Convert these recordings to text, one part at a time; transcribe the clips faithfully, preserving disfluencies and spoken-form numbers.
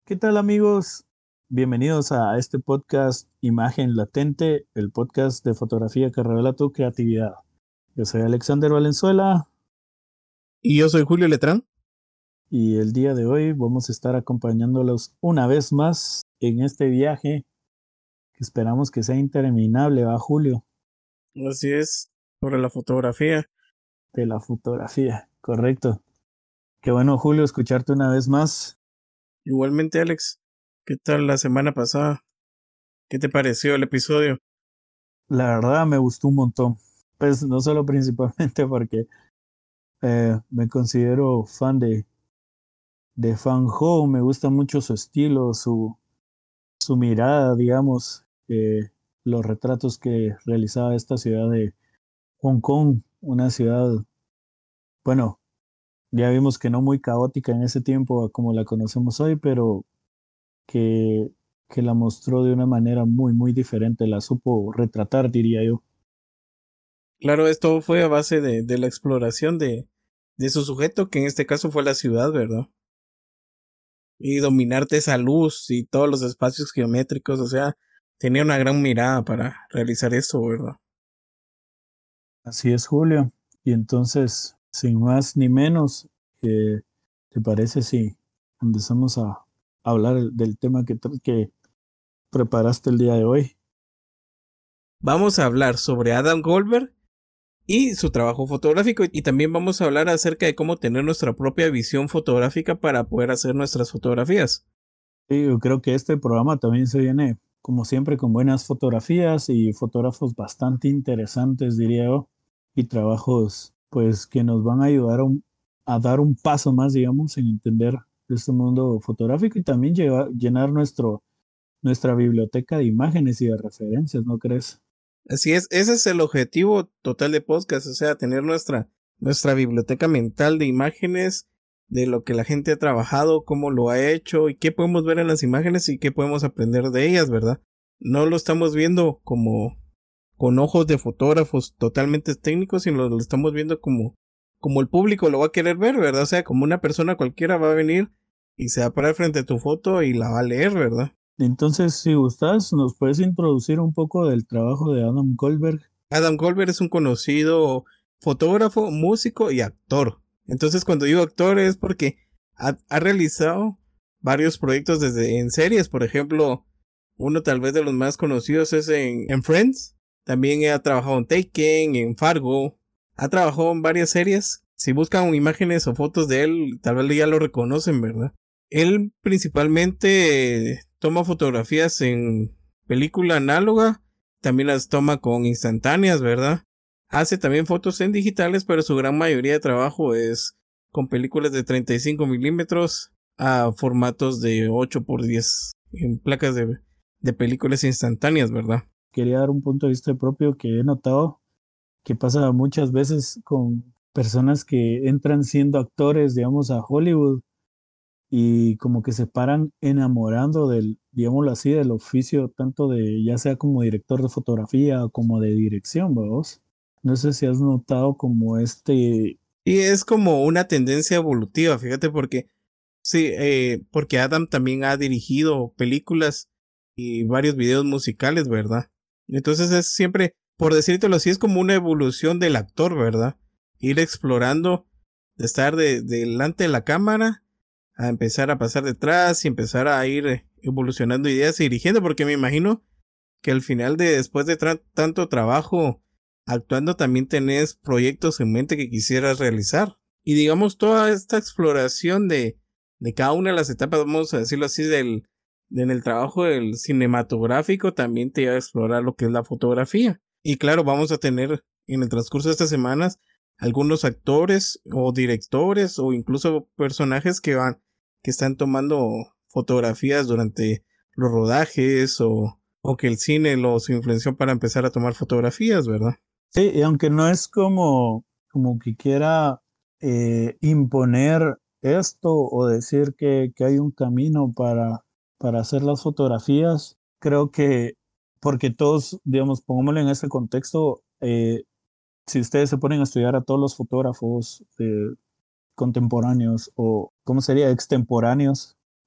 ¿Qué tal amigos? Bienvenidos a este podcast Imagen Latente, el podcast de fotografía que revela tu creatividad. Yo soy Alexander Valenzuela Y yo soy Julio Letrán. y el día de hoy vamos a estar acompañándolos una vez más en este viaje que esperamos que sea interminable, ¿va, Julio? Así es, sobre la fotografía. De la fotografía, correcto. Qué bueno, Julio, escucharte una vez más. Igualmente, Alex, ¿qué tal la semana pasada? ¿Qué te pareció el episodio? La verdad me gustó un montón. Pues no solo principalmente porque eh, me considero fan de de Fan Ho, me gusta mucho su estilo, su, su mirada, digamos, eh, los retratos que realizaba esta ciudad de Hong Kong, una ciudad, bueno, ya vimos que no muy caótica en ese tiempo como la conocemos hoy, pero que, que la mostró de una manera muy, muy diferente, la supo retratar, diría yo. Claro, esto fue a base de, de la exploración de, de su sujeto, que en este caso fue la ciudad, ¿verdad? Y dominarte esa luz y todos los espacios geométricos, o sea, tenía una gran mirada para realizar eso, ¿verdad? Así es, Julio. Y entonces, sin más ni menos, eh, ¿te parece si empezamos a hablar del tema que, tra- que preparaste el día de hoy? Vamos a hablar sobre Adam Goldberg y su trabajo fotográfico, y también vamos a hablar acerca de cómo tener nuestra propia visión fotográfica para poder hacer nuestras fotografías. Sí, yo creo que este programa también se viene, como siempre, con buenas fotografías y fotógrafos bastante interesantes, diría yo, y trabajos, pues, que nos van a ayudar a, un- a dar un paso más, digamos, en entender este mundo fotográfico y también llevar- llenar nuestro, nuestra biblioteca de imágenes y de referencias, ¿no crees? Así es, ese es el objetivo total de podcast, o sea, tener nuestra, nuestra biblioteca mental de imágenes, de lo que la gente ha trabajado, cómo lo ha hecho y qué podemos ver en las imágenes y qué podemos aprender de ellas, ¿verdad? No lo estamos viendo como con ojos de fotógrafos totalmente técnicos, sino lo estamos viendo como, como el público lo va a querer ver, ¿verdad? O sea, como una persona cualquiera va a venir y se va a parar frente a tu foto y la va a leer, ¿verdad? Entonces, si gustas, nos puedes introducir un poco del trabajo de Adam Goldberg. Adam Goldberg es un conocido fotógrafo, músico y actor. Entonces, cuando digo actor es porque ha, ha realizado varios proyectos desde en series, por ejemplo, uno tal vez de los más conocidos es en, en Friends. También ha trabajado en Taken, en Fargo. Ha trabajado en varias series. Si buscan imágenes o fotos de él, tal vez ya lo reconocen, ¿verdad? Él principalmente toma fotografías en película análoga, también las toma con instantáneas, ¿verdad? Hace también fotos en digitales, pero su gran mayoría de trabajo es con películas de treinta y cinco milímetros a formatos de ocho por diez en placas de, de películas instantáneas, ¿verdad? Quería dar un punto de vista propio que he notado que pasa muchas veces con personas que entran siendo actores, digamos, a Hollywood y como que se paran enamorando del, digámoslo así, del oficio, tanto de ya sea como director de fotografía o como de dirección, vamos. No sé si has notado como este, Y es como una tendencia evolutiva, fíjate, porque sí, eh, porque Adam también ha dirigido películas y varios videos musicales, ¿verdad? Entonces es siempre, por decírtelo así, es como una evolución del actor, ¿verdad? Ir explorando, de estar de, delante de la cámara, a empezar a pasar detrás y empezar a ir eh, evolucionando ideas y dirigiendo, porque me imagino que al final de después de tra- tanto trabajo actuando también tenés proyectos en mente que quisieras realizar. Y digamos toda esta exploración de, de cada una de las etapas, vamos a decirlo así, del, de en el trabajo del cinematográfico también te lleva a explorar lo que es la fotografía. Y claro, vamos a tener en el transcurso de estas semanas algunos actores o directores o incluso personajes que van, que están tomando fotografías durante los rodajes o o que el cine los influenció para empezar a tomar fotografías, ¿verdad? sí, y aunque no es como, como que quiera eh, imponer esto o decir que, que hay un camino para, para hacer las fotografías, creo que, porque todos, digamos, pongámoslo en ese contexto, eh, si ustedes se ponen a estudiar a todos los fotógrafos eh, contemporáneos o, ¿cómo sería? Extemporáneos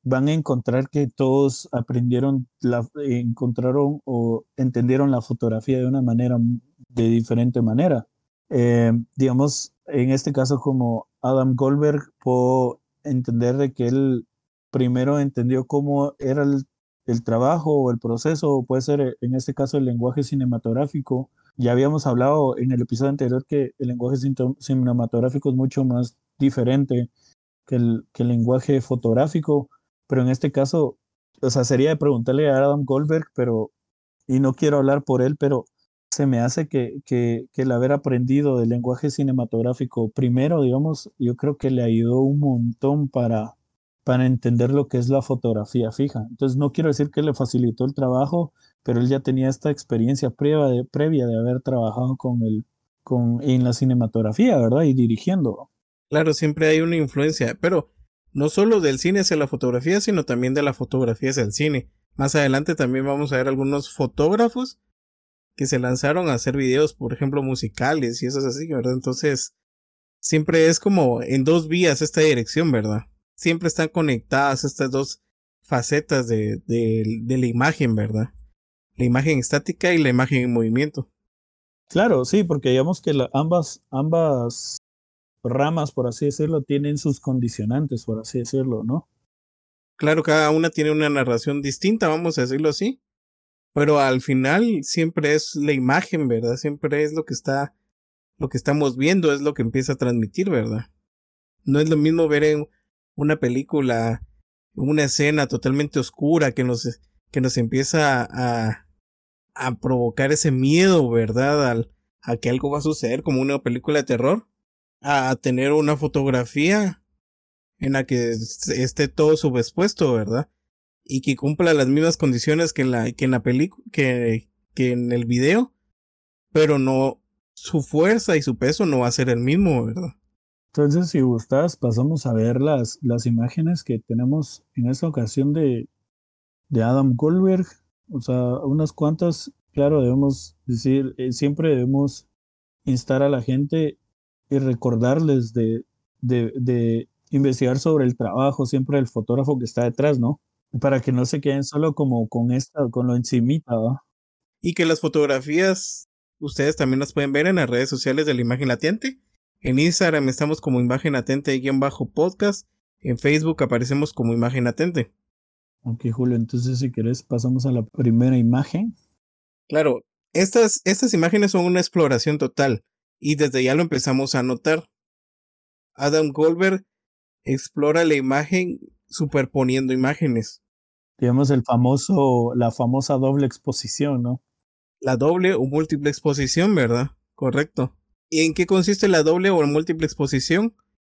van a encontrar que todos aprendieron, la, encontraron o entendieron la fotografía de una manera, de diferente manera. Eh, digamos, en este caso como Adam Goldberg, puedo entender de que él primero entendió cómo era el, el trabajo o el proceso, o puede ser en este caso el lenguaje cinematográfico. Ya habíamos hablado en el episodio anterior que el lenguaje cinematográfico es mucho más diferente que el, que el lenguaje fotográfico, pero en este caso, o sea, sería de preguntarle a Adam Goldberg, pero, y no quiero hablar por él, pero se me hace que, que, que el haber aprendido del lenguaje cinematográfico primero, digamos, yo creo que le ayudó un montón para, para entender lo que es la fotografía fija. Entonces, no quiero decir que le facilitó el trabajo, pero él ya tenía esta experiencia previa de, previa de haber trabajado con el, con, en la cinematografía, ¿verdad? Y dirigiendo. Claro, siempre hay una influencia, pero no solo del cine hacia la fotografía, sino también de la fotografía hacia el cine. Más adelante también vamos a ver algunos fotógrafos que se lanzaron a hacer videos, por ejemplo, musicales y eso es así, ¿verdad? Entonces, siempre es como en dos vías esta dirección, ¿verdad? Siempre están conectadas estas dos facetas de, de, de la imagen, ¿verdad? La imagen estática y la imagen en movimiento. Claro, sí, porque digamos que la, ambas, ambas ramas, por así decirlo, tienen sus condicionantes, por así decirlo, ¿no? Claro, cada una tiene una narración distinta, vamos a decirlo así, pero al final siempre es la imagen, ¿verdad? Siempre es lo que está, lo que estamos viendo, es lo que empieza a transmitir, ¿verdad? No es lo mismo ver en una película una escena totalmente oscura que nos, que nos empieza a, a provocar ese miedo, ¿verdad? Al, a que algo va a suceder como una película de terror, a tener una fotografía en la que esté todo subexpuesto, ¿verdad? Y que cumpla las mismas condiciones que en la, que en la película, que, que en el video, pero no, su fuerza y su peso no va a ser el mismo, ¿verdad? Entonces, si gustas, pasamos a ver las, las imágenes que tenemos en esta ocasión de, de Adam Goldberg. O sea, unas cuantas, claro, debemos decir, eh, siempre debemos instar a la gente y recordarles de, de, de investigar sobre el trabajo siempre del fotógrafo que está detrás, ¿no? Para que no se queden solo como con esta, con lo encimita, ¿no? Y que las fotografías ustedes también las pueden ver en las redes sociales de La Imagen Latente. En Instagram estamos como Imagen Latente-podcast. En Facebook aparecemos como Imagen Latente. Ok, Julio, entonces si querés pasamos a la primera imagen. Claro, estas, estas imágenes son una exploración total y desde ya lo empezamos a notar. Adam Goldberg explora la imagen superponiendo imágenes. Digamos el famoso, la famosa doble exposición, ¿no? La doble o múltiple exposición, ¿verdad? Correcto. ¿Y en qué consiste la doble o múltiple exposición?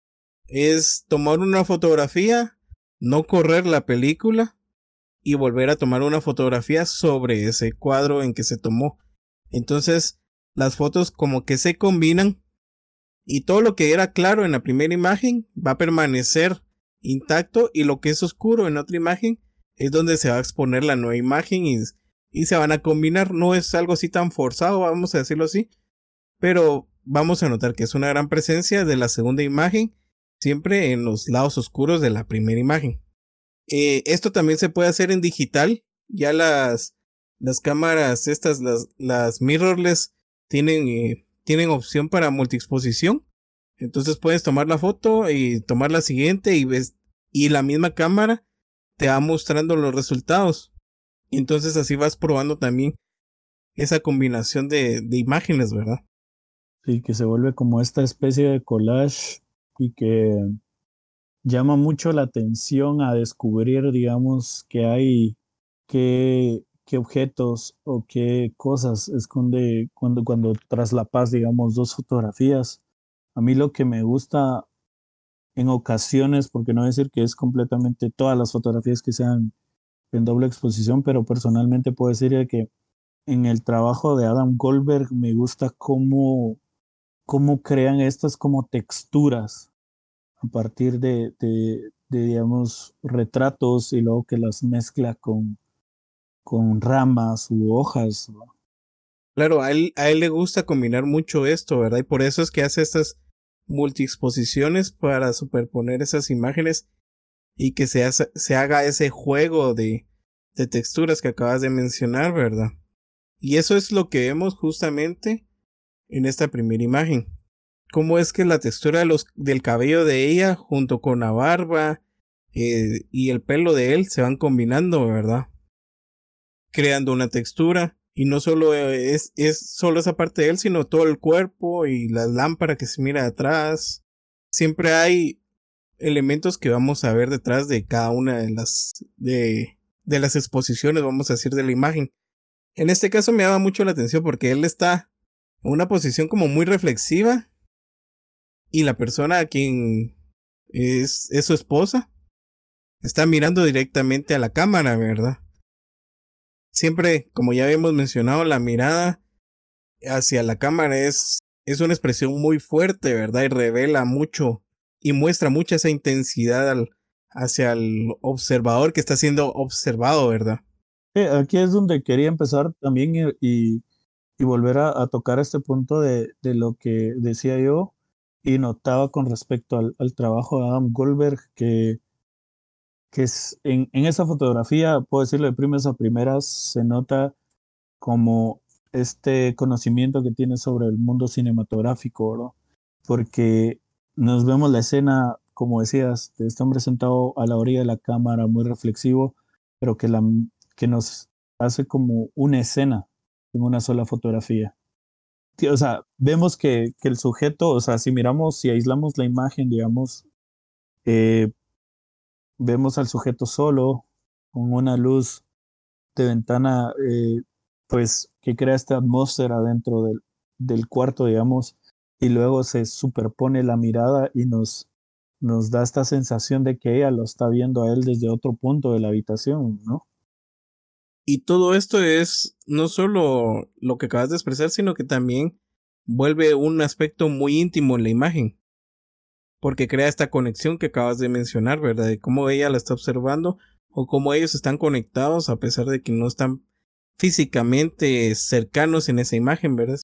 Es tomar una fotografía, no correr la película y volver a tomar una fotografía sobre ese cuadro en que se tomó. Entonces, las fotos como que se combinan y todo lo que era claro en la primera imagen va a permanecer intacto y lo que es oscuro en otra imagen es donde se va a exponer la nueva imagen y, y se van a combinar. No es algo así tan forzado, vamos a decirlo así, pero vamos a notar que es una gran presencia de la segunda imagen siempre en los lados oscuros de la primera imagen. Eh, esto también se puede hacer en digital. Ya las, las cámaras estas, las, las mirrorless, tienen, eh, tienen opción para multiexposición. Entonces puedes tomar la foto y tomar la siguiente y ves, y la misma cámara te va mostrando los resultados. Y entonces así vas probando también esa combinación de, de imágenes, ¿verdad? Sí, que se vuelve como esta especie de collage y que llama mucho la atención a descubrir, digamos, que hay, qué, qué objetos o qué cosas esconde cuando, cuando traslapas, digamos, dos fotografías. A mí lo que me gusta en ocasiones, porque no voy a decir que es completamente todas las fotografías que sean en doble exposición, pero personalmente puedo decir que en el trabajo de Adam Goldberg me gusta cómo, cómo crean estas como texturas a partir de, de, de, digamos, retratos y luego que las mezcla con, con ramas u hojas, ¿no? Claro, a él, a él le gusta combinar mucho esto, ¿verdad? Y por eso es que hace estas multiexposiciones para superponer esas imágenes y que se, hace, se haga ese juego de, de texturas que acabas de mencionar, ¿verdad? Y eso es lo que vemos justamente en esta primera imagen. Cómo es que la textura de los, del cabello de ella junto con la barba eh, y el pelo de él se van combinando, ¿verdad? Creando una textura. Y no solo es, es solo esa parte de él, sino todo el cuerpo y la lámpara que se mira atrás. Siempre hay elementos que vamos a ver detrás de cada una de las de, de las exposiciones, vamos a decir, de la imagen. En este caso me llama mucho la atención porque él está en una posición como muy reflexiva y la persona a quien es, es su esposa está mirando directamente a la cámara, ¿verdad? Siempre, como ya habíamos mencionado, la mirada hacia la cámara es, es una expresión muy fuerte, ¿verdad? Y revela mucho y muestra mucha esa intensidad al, hacia el observador que está siendo observado, ¿verdad? Sí, aquí es donde quería empezar también y, y, y volver a, a tocar este punto de, de lo que decía yo y notaba con respecto al, al trabajo de Adam Goldberg, que, que es en, en esa fotografía, puedo decirlo de primeras a primeras, se nota como este conocimiento que tiene sobre el mundo cinematográfico, ¿verdad? Porque nos vemos la escena, como decías, de este hombre sentado a la orilla de la cámara, muy reflexivo, pero que, la, que nos hace como una escena en una sola fotografía. O sea, vemos que, que el sujeto, o sea, si miramos, si aislamos la imagen, digamos, eh, vemos al sujeto solo, con una luz de ventana, eh, pues que crea esta atmósfera dentro del, del cuarto, digamos, y luego se superpone la mirada y nos, nos da esta sensación de que ella lo está viendo a él desde otro punto de la habitación, ¿no? Y todo esto es no solo lo que acabas de expresar, sino que también vuelve un aspecto muy íntimo en la imagen. Porque crea esta conexión que acabas de mencionar, ¿verdad? De cómo ella la está observando o cómo ellos están conectados a pesar de que no están físicamente cercanos en esa imagen, ¿verdad?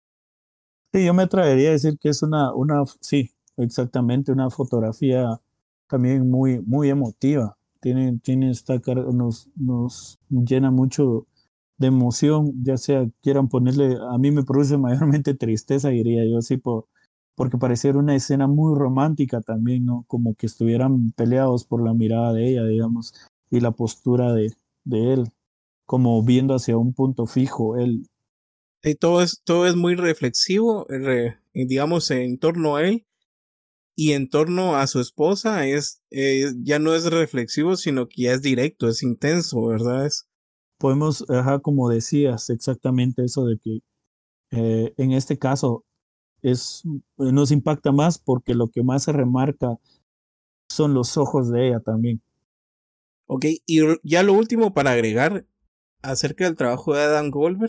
Sí, yo me atrevería a decir que es una, una, sí, exactamente, una fotografía también muy, muy emotiva. Tiene, tiene esta cara, nos, nos llena mucho de emoción, ya sea quieran ponerle, a mí me produce mayormente tristeza, diría yo, sí, por, porque pareciera una escena muy romántica también, ¿no? Como que estuvieran peleados por la mirada de ella, digamos, y la postura de, de él, como viendo hacia un punto fijo, él. Y todo es, todo es muy reflexivo, re, digamos, en torno a él y en torno a su esposa es, eh, ya no es reflexivo, sino que ya es directo, es intenso, ¿verdad? Es, Podemos, ajá, como decías, exactamente eso de que eh, en este caso es, nos impacta más porque lo que más se remarca son los ojos de ella también. ok, y ya lo último para agregar acerca del trabajo de Adam Goldberg.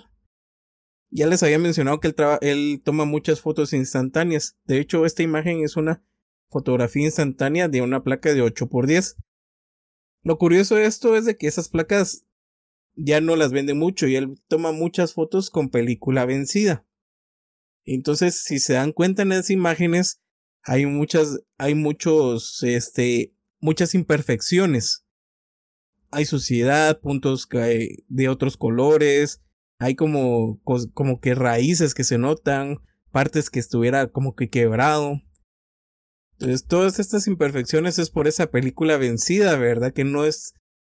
Ya les había mencionado que él, él toma muchas fotos instantáneas. De hecho, esta imagen es una fotografía instantánea de una placa de ocho por diez. Lo curioso de esto es de que esas placas ya no las vende mucho y él toma muchas fotos con película vencida. Entonces, si se dan cuenta en esas imágenes, hay muchas, hay muchos, este, muchas imperfecciones. Hay suciedad, puntos de otros colores, hay como, como que raíces que se notan, partes que estuviera como que quebrado. Entonces, todas estas imperfecciones es por esa película vencida, ¿verdad? Que no es,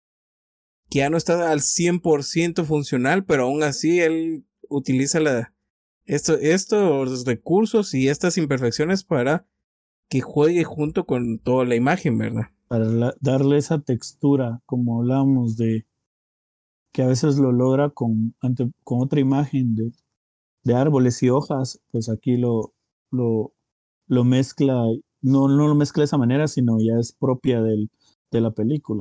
que ya no está al cien por ciento funcional, pero aún así él utiliza la, esto, estos recursos y estas imperfecciones para que juegue junto con toda la imagen, ¿verdad? Para la, darle esa textura, como hablamos de que a veces lo logra con, ante, con otra imagen de, de árboles y hojas, pues aquí lo, lo, lo mezcla, no, no lo mezcla de esa manera, sino ya es propia del, de la película.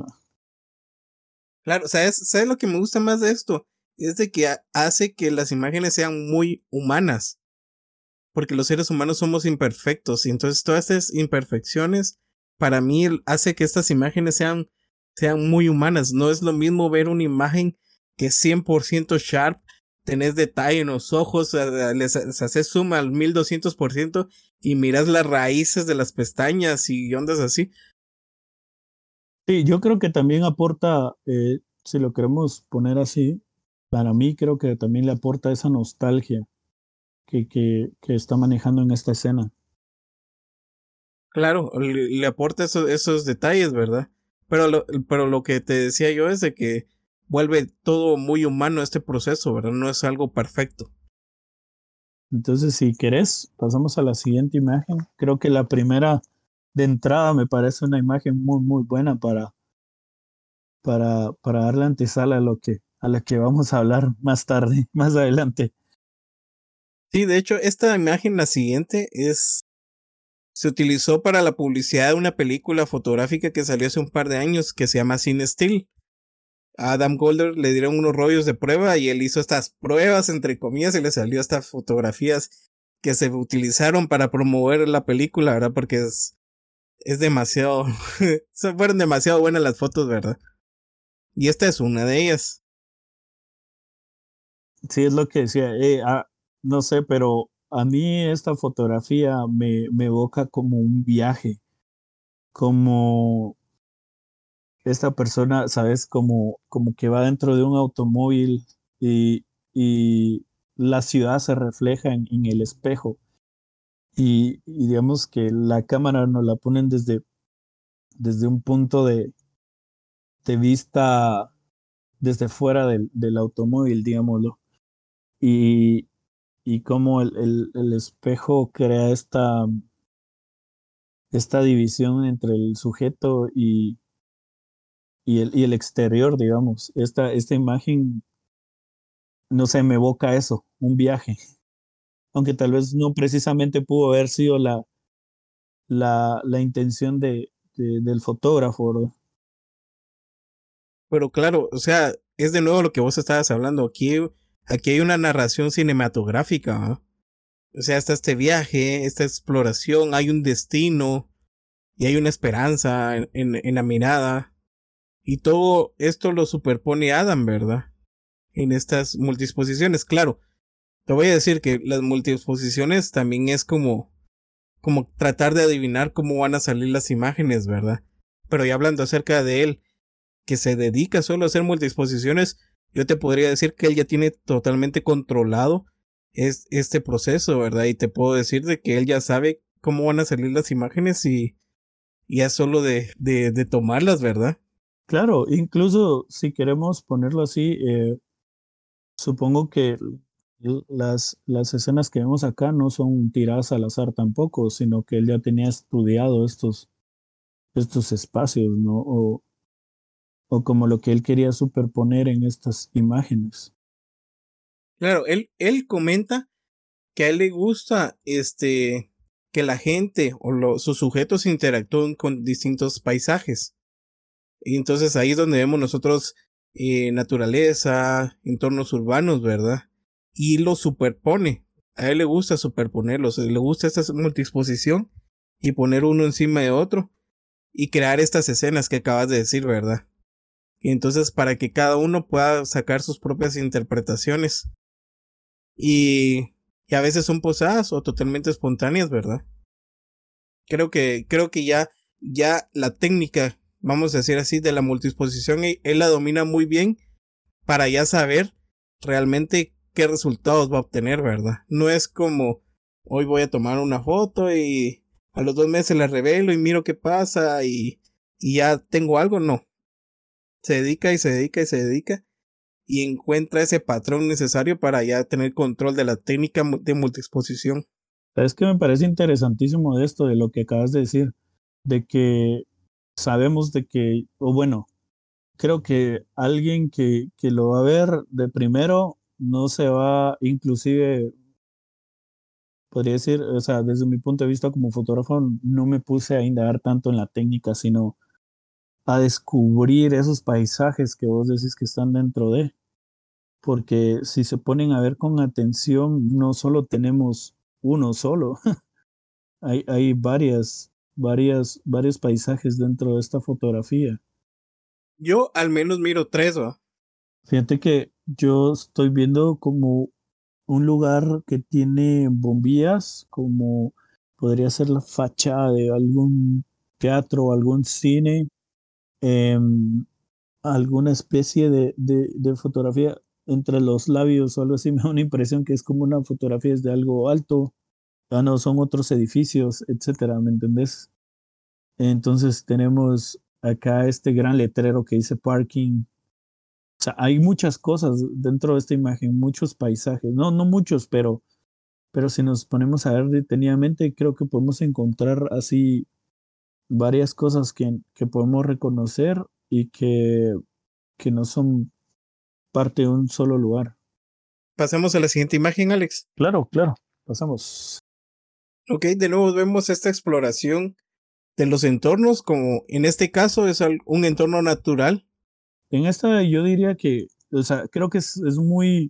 Claro, ¿sabes? ¿Sabes lo que me gusta más de esto? Es de que hace que las imágenes sean muy humanas. Porque los seres humanos somos imperfectos. Y entonces todas estas imperfecciones, para mí, hace que estas imágenes sean, sean muy humanas. No es lo mismo ver una imagen que es cien por ciento sharp, tenés detalle en los ojos, les haces zoom al mil doscientos por ciento y miras las raíces de las pestañas y ondas así. Sí, yo creo que también aporta, eh, si lo queremos poner así, para mí creo que también le aporta esa nostalgia que, que, que está manejando en esta escena. Claro, le, le aporta esos, esos detalles, ¿verdad? Pero lo, pero lo que te decía yo es de que vuelve todo muy humano este proceso, ¿verdad? No es algo perfecto. Entonces, si querés, pasamos a la siguiente imagen. Creo que la primera de entrada me parece una imagen muy, muy buena para, para, para darle antesala a lo que, a la que vamos a hablar más tarde, más adelante. Sí, de hecho, esta imagen, la siguiente, es se utilizó para la publicidad de una película fotográfica que salió hace un par de años que se llama Sin Still. A Adam Golder le dieron unos rollos de prueba y él hizo estas pruebas, entre comillas, y le salió estas fotografías que se utilizaron para promover la película, ¿verdad? Porque es, es demasiado, fueron demasiado buenas las fotos, ¿verdad? Y esta es una de ellas. Sí, es lo que decía. Eh, ah, no sé, pero a mí esta fotografía me, me evoca como un viaje, como esta persona, ¿sabes? Como, como que va dentro de un automóvil y, y la ciudad se refleja en, en el espejo. Y, y digamos que la cámara nos la ponen desde, desde un punto de, de vista desde fuera del, del automóvil, digámoslo. Y, y cómo el, el, el espejo crea esta, esta división entre el sujeto y, y, el, y el exterior, digamos. Esta, esta imagen, no sé, me evoca eso, un viaje. Aunque tal vez no precisamente pudo haber sido la, la, la intención de, de- del fotógrafo, ¿verdad? Pero claro, o sea, es de nuevo lo que vos estabas hablando. Aquí, aquí hay una narración cinematográfica, ¿ah? O sea, está este viaje, esta exploración, hay un destino y hay una esperanza en, en, en la mirada. Y todo esto lo superpone Adam, ¿verdad? En estas multiexposiciones. Claro, te voy a decir que las multiexposiciones también es como, como tratar de adivinar cómo van a salir las imágenes, ¿verdad? Pero ya hablando acerca de él, que se dedica solo a hacer multiexposiciones, yo te podría decir que él ya tiene totalmente controlado es, este proceso, ¿verdad? Y te puedo decir de que él ya sabe cómo van a salir las imágenes y, y es solo de, de, de tomarlas, ¿verdad? Claro, incluso si queremos ponerlo así, eh, supongo que l- las, las escenas que vemos acá no son tiradas al azar tampoco, sino que él ya tenía estudiado estos, estos espacios, ¿no? O, o como lo que él quería superponer en estas imágenes. Claro, él, él comenta que a él le gusta este que la gente o lo, sus sujetos interactúen con distintos paisajes. Y entonces ahí es donde vemos nosotros eh, naturaleza, entornos urbanos, ¿verdad? Y lo superpone. A él le gusta superponerlos, le gusta esta multiexposición y poner uno encima de otro y crear estas escenas que acabas de decir, ¿verdad? Y entonces para que cada uno pueda sacar sus propias interpretaciones y, y a veces son posadas o totalmente espontáneas, ¿verdad? Creo que, creo que ya, ya la técnica, vamos a decir así, de la multiexposición, él, él la domina muy bien para ya saber realmente qué resultados va a obtener, ¿verdad? No es como hoy voy a tomar una foto y a los dos meses la revelo y miro qué pasa y, y ya tengo algo, no. Se dedica y se dedica y se dedica y encuentra ese patrón necesario para ya tener control de la técnica de multiexposición. Es que me parece interesantísimo de esto, de lo que acabas de decir, de que sabemos de que, o bueno, creo que alguien que, que lo va a ver de primero no se va, inclusive, podría decir, o sea, desde mi punto de vista como fotógrafo, no me puse a indagar tanto en la técnica, sino a descubrir esos paisajes que vos decís que están dentro de, porque si se ponen a ver con atención, no solo tenemos uno solo, hay, hay varias, varias, varios paisajes dentro de esta fotografía. Yo al menos miro tres, ¿va? Fíjate que yo estoy viendo como un lugar que tiene bombillas, como podría ser la fachada de algún teatro o algún cine. eh, alguna especie de, de, de fotografía entre los labios o algo así. Me da una impresión que es como una fotografía desde algo alto. Ya no son otros edificios, etcétera, ¿me entendés? Entonces tenemos acá este gran letrero que dice parking. O sea, hay muchas cosas dentro de esta imagen, muchos paisajes. No, no muchos, pero, pero si nos ponemos a ver detenidamente, creo que podemos encontrar así varias cosas que, que podemos reconocer y que, que no son parte de un solo lugar. Pasamos a la siguiente imagen, Alex. Claro, claro, pasamos. Ok, de nuevo vemos esta exploración de los entornos, como en este caso es un entorno natural. En esta yo diría que, o sea, creo que es, es muy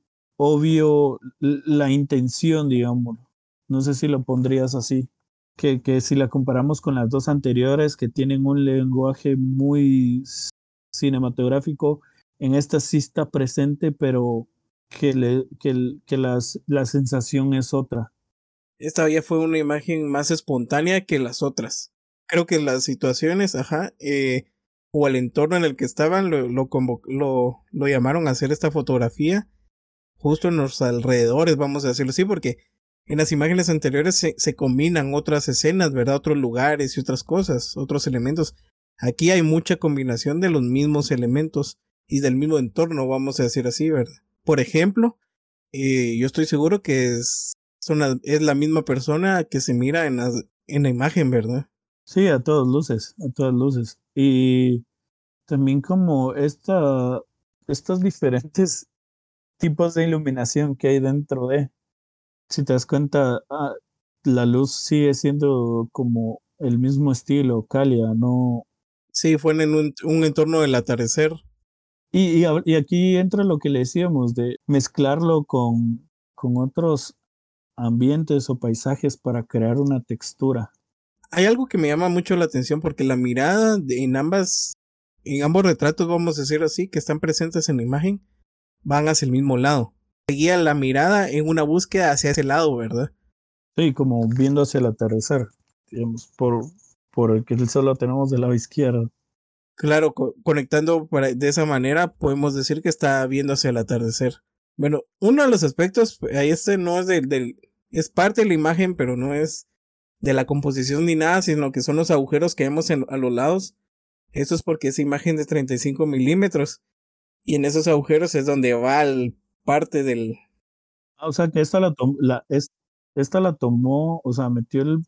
obvio la intención, digamos. No sé si lo pondrías así. Que, que si la comparamos con las dos anteriores, que tienen un lenguaje muy cinematográfico, en esta sí está presente, pero que, le, que, que las, la sensación es otra. Esta ya fue una imagen más espontánea que las otras. Creo que las situaciones, ajá, eh, o el entorno en el que estaban lo, lo, lo, lo llamaron a hacer esta fotografía justo en los alrededores, vamos a decirlo así, porque en las imágenes anteriores se, se combinan otras escenas, ¿verdad? Otros lugares y otras cosas, otros elementos. Aquí hay mucha combinación de los mismos elementos y del mismo entorno, vamos a decir así, ¿verdad? Por ejemplo, eh, yo estoy seguro que es, son la, es la misma persona que se mira en la, en la imagen, ¿verdad? Sí, a todas luces, a todas luces. Y también como esta, estos diferentes tipos de iluminación que hay dentro de, si te das cuenta, ah, la luz sigue siendo como el mismo estilo, cálida, ¿no? Sí, fue en un, un entorno del atardecer. Y, y, a- y aquí entra lo que le decíamos de mezclarlo con, con otros ambientes o paisajes para crear una textura. Hay algo que me llama mucho la atención porque la mirada de, en ambas, en ambos retratos, vamos a decir así, que están presentes en la imagen, van hacia el mismo lado. Seguía la mirada en una búsqueda hacia ese lado, ¿verdad? Sí, como viendo hacia el atardecer, digamos, por, por el que el sol lo tenemos del lado izquierdo. Claro, co conectando para, de esa manera, podemos decir que está viendo hacia el atardecer. Bueno, uno de los aspectos, ahí este no es del, del, es parte de la imagen, pero no es de la composición ni nada, sino que son los agujeros que vemos en, a los lados. Eso es porque es imagen de treinta y cinco milímetros. Y en esos agujeros es donde va el parte del... Ah, o sea que esta la, tom- la, es, esta la tomó, o sea, metió el,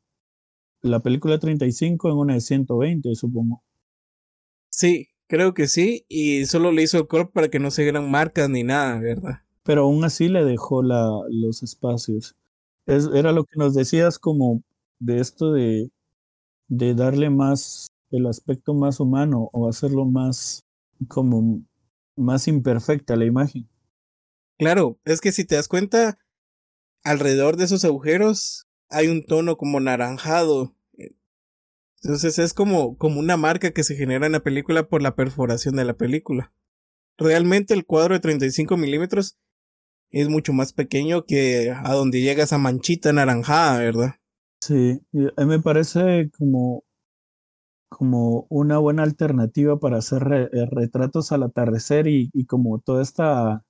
la película de treinta y cinco en una de ciento veinte, supongo. Sí, creo que sí. Y solo le hizo el crop para que no se vieran marcas ni nada, ¿verdad? Pero aún así le dejó la, los espacios. Es, era lo que nos decías como de esto de, de darle más, el aspecto más humano o hacerlo más, como más imperfecta la imagen. Claro, es que si te das cuenta, alrededor de esos agujeros hay un tono como naranjado. Entonces es como, como una marca que se genera en la película por la perforación de la película. Realmente el cuadro de treinta y cinco milímetros es mucho más pequeño que a donde llega esa manchita naranjada, ¿verdad? Sí, y a mí me parece como, como una buena alternativa para hacer re- eh, retratos al atardecer y, y como toda esta,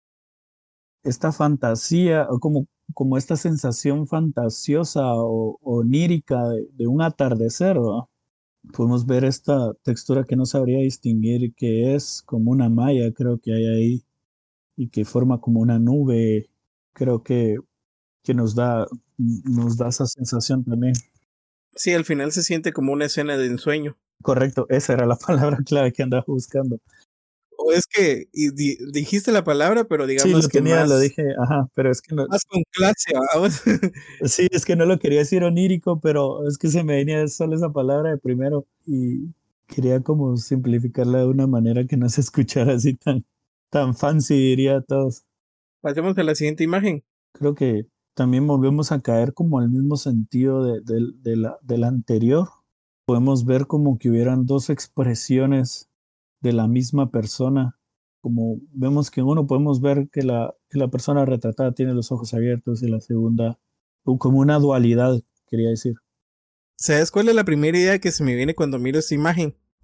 esta fantasía, o como, como esta sensación fantasiosa o onírica de, de un atardecer, ¿verdad? Podemos ver esta textura que no sabría distinguir que es como una malla, creo que hay ahí, y que forma como una nube. Creo que, que nos da, nos da esa sensación también. Sí, al final se siente como una escena de ensueño. Correcto, esa era la palabra clave que andaba buscando. O es que y di, dijiste la palabra, pero Sí, lo digamos que tenía, lo más, dije, ajá, pero es que no, más con clase, vamos. sí, es que no lo quería decir onírico, pero es que se me venía solo esa palabra de primero y quería como simplificarla de una manera que no se escuchara así tan, tan fancy, diría a todos. Pasemos a la siguiente imagen. Creo que también volvemos a caer como al mismo sentido de, de, de la, del anterior. Podemos ver como que hubieran dos expresiones de la misma persona. Como vemos que en uno podemos ver que la, que la persona retratada tiene los ojos abiertos y la segunda, o como una dualidad, quería decir. ¿Sabes cuál es la primera idea que se me viene cuando miro esta imagen?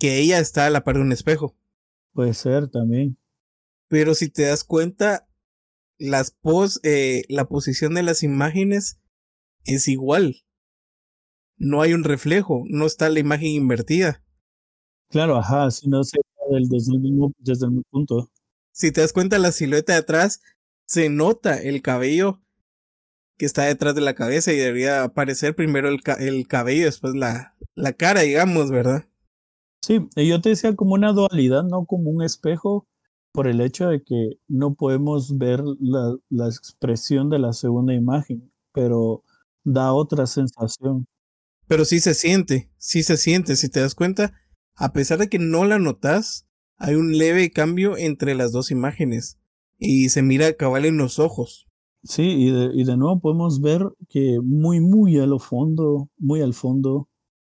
que ella está a la par de un espejo. Puede ser también. Pero si te das cuenta, las pos, eh, la posición de las imágenes es igual. No hay un reflejo, no está la imagen invertida. Claro, ajá, si no se ve del- desde el mismo, desde el mismo punto. Si te das cuenta, la silueta de atrás se nota el cabello que está detrás de la cabeza y debería aparecer primero el, ca el cabello, después la, la cara, digamos, ¿verdad? Sí, y yo te decía como una dualidad, no como un espejo, por el hecho de que no podemos ver la, la expresión de la segunda imagen, pero da otra sensación. Pero sí se siente, sí se siente, si te das cuenta, a pesar de que no la notas, hay un leve cambio entre las dos imágenes y se mira cabal en los ojos. Sí, y de, y de nuevo podemos ver que muy, muy a lo fondo, muy al fondo,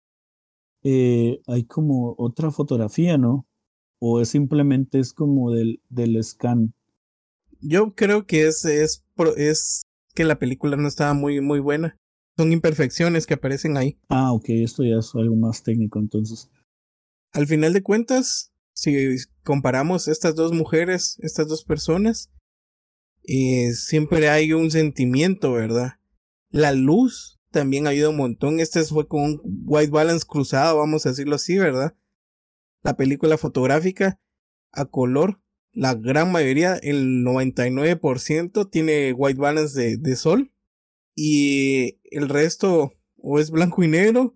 eh, hay como otra fotografía, ¿no? O es simplemente es como del, del scan. Yo creo que es, es, pro- es que la película no estaba muy, muy buena. Son imperfecciones que aparecen ahí. Ah, ok, esto ya es algo más técnico, entonces. Al final de cuentas, si comparamos estas dos mujeres, estas dos personas, eh, siempre hay un sentimiento, ¿verdad? La luz también ayuda un montón. Este fue con un white balance cruzado, vamos a decirlo así, ¿verdad? La película fotográfica a color, la gran mayoría, el noventa y nueve por ciento tiene white balance de, de sol y el resto o es blanco y negro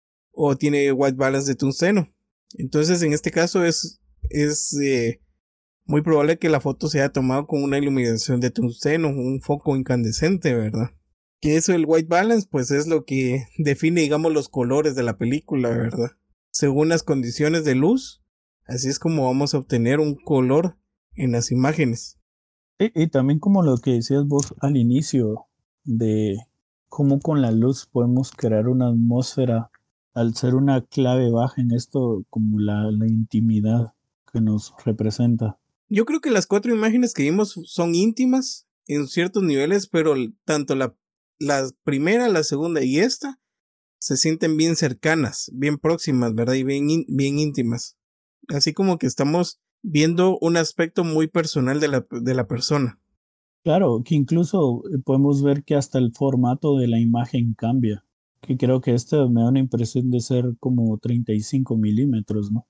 o tiene white balance de tungsteno. Entonces en este caso es, es eh, muy probable que la foto se haya tomado con una iluminación de tungsteno, un foco incandescente, ¿verdad? Que eso, el white balance, pues es lo que define, digamos, los colores de la película, ¿verdad? Según las condiciones de luz, así es como vamos a obtener un color en las imágenes. Y, y también como lo que decías vos al inicio, de cómo con la luz podemos crear una atmósfera al ser una clave baja en esto, como la, la intimidad que nos representa. Yo creo que las cuatro imágenes que vimos son íntimas en ciertos niveles, pero tanto la, la primera, la segunda y esta se sienten bien cercanas, bien próximas, ¿verdad? Y bien, bien íntimas. Así como que estamos viendo un aspecto muy personal de la, de la persona. Claro, que incluso eh, podemos ver que hasta el formato de la imagen cambia, que creo que este me da una impresión de ser como treinta y cinco milímetros, ¿no?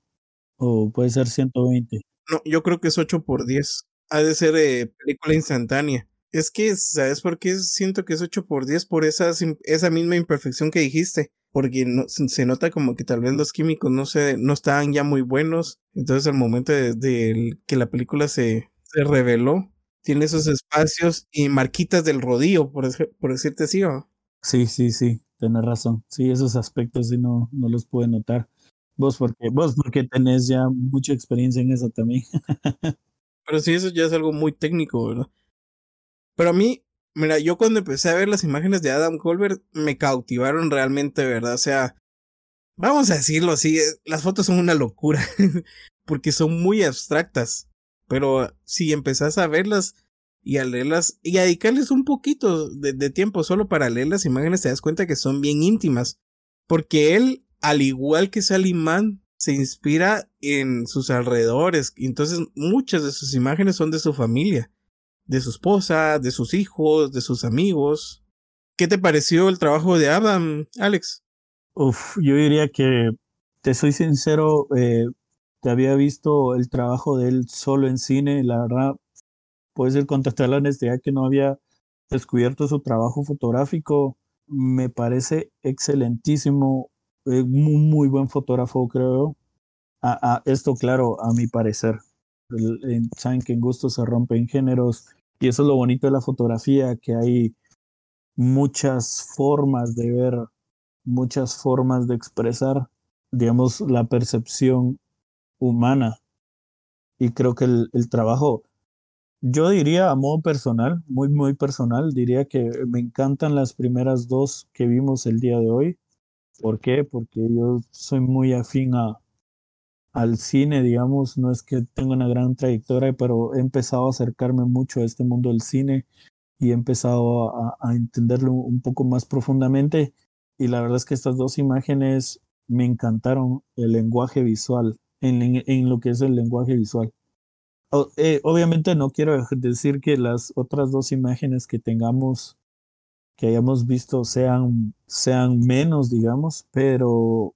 O puede ser ciento veinte. No, yo creo que es ocho por diez. Ha de ser eh, película instantánea. Es que, ¿sabes por qué siento que es ocho por diez? Por esa, esa misma imperfección que dijiste. Porque no, se nota como que tal vez los químicos no, se, no estaban ya muy buenos. Entonces al momento de, de que la película se, se reveló, tiene esos espacios y marquitas del rodillo, por, por decirte así, ¿no? Sí, sí, sí, tenés razón. Sí, esos aspectos sí no, no los pude notar. Vos porque, vos porque tenés ya mucha experiencia en eso también. Pero sí, eso ya es algo muy técnico, ¿verdad? Pero a mí, mira, yo cuando empecé a ver las imágenes de Adam Goldberg, me cautivaron realmente, ¿verdad? O sea, vamos a decirlo así, las fotos son una locura, porque son muy abstractas. Pero si empezás a verlas y a leerlas y a dedicarles un poquito de, de tiempo solo para leer las imágenes, te das cuenta que son bien íntimas. Porque él, al igual que Sally Mann, se inspira en sus alrededores. Y entonces muchas de sus imágenes son de su familia, de su esposa, de sus hijos, de sus amigos. ¿Qué te pareció el trabajo de Adam, Alex? Uf, yo diría que, te soy sincero, eh, te había visto el trabajo de él solo en cine, la verdad, puedes ir con total honestidad que no había descubierto su trabajo fotográfico. Me parece excelentísimo, eh, muy, muy buen fotógrafo, creo. A, a esto, claro, a mi parecer. El- en- saben que en gusto se rompen géneros y eso es lo bonito de la fotografía, que hay muchas formas de ver, muchas formas de expresar, digamos, la percepción humana. Y creo que el, el trabajo, yo diría a modo personal, muy, muy personal, diría que me encantan las primeras dos que vimos el día de hoy. ¿Por qué? Porque yo soy muy afín a, al cine, digamos, no es que tenga una gran trayectoria, pero he empezado a acercarme mucho a este mundo del cine y he empezado a, a entenderlo un poco más profundamente. Y la verdad es que estas dos imágenes me encantaron el lenguaje visual, en, en, en lo que es el lenguaje visual. O- eh, obviamente no quiero dej- decir que las otras dos imágenes que tengamos, que hayamos visto sean, sean menos, digamos, pero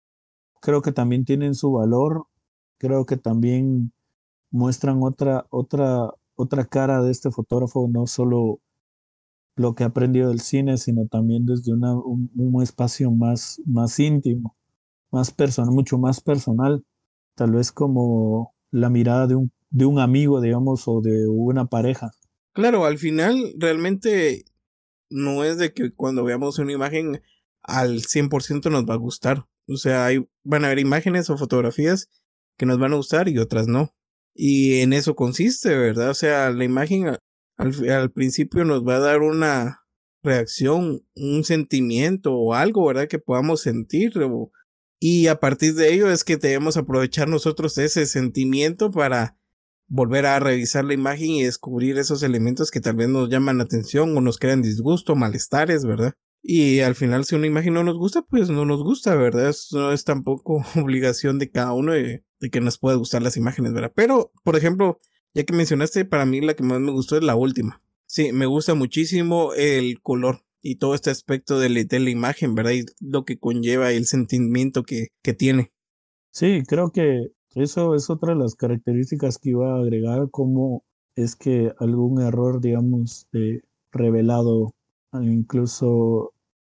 creo que también tienen su valor, creo que también muestran otra, otra, otra cara de este fotógrafo, no solo lo que ha aprendido del cine, sino también desde una, un, un espacio más, más íntimo, más personal, mucho más personal, tal vez como la mirada de un, de un amigo, digamos, o de una pareja. Claro, al final realmente no es de que cuando veamos una imagen al cien por ciento nos va a gustar. O sea, hay, van a haber imágenes o fotografías que nos van a gustar y otras no. Y en eso consiste, ¿verdad? O sea, la imagen a- al, al principio nos va a dar una reacción, un sentimiento o algo, ¿verdad? Que podamos sentir. O- y a partir de ello es que debemos aprovechar nosotros ese sentimiento para volver a revisar la imagen y descubrir esos elementos que tal vez nos llaman la atención o nos crean disgusto, malestares, ¿verdad? Y al final, si una imagen no nos gusta, pues no nos gusta, ¿verdad? Eso no es tampoco obligación de cada uno de, de que nos pueda gustar las imágenes, ¿verdad? Pero, por ejemplo, ya que mencionaste, para mí la que más me gustó es la última. Sí, me gusta muchísimo el color y todo este aspecto de la, de la imagen, ¿verdad? Y lo que conlleva y el sentimiento que, que tiene. Sí, creo que eso es otra de las características que iba a agregar, como es que algún error, digamos, de revelado, ah, incluso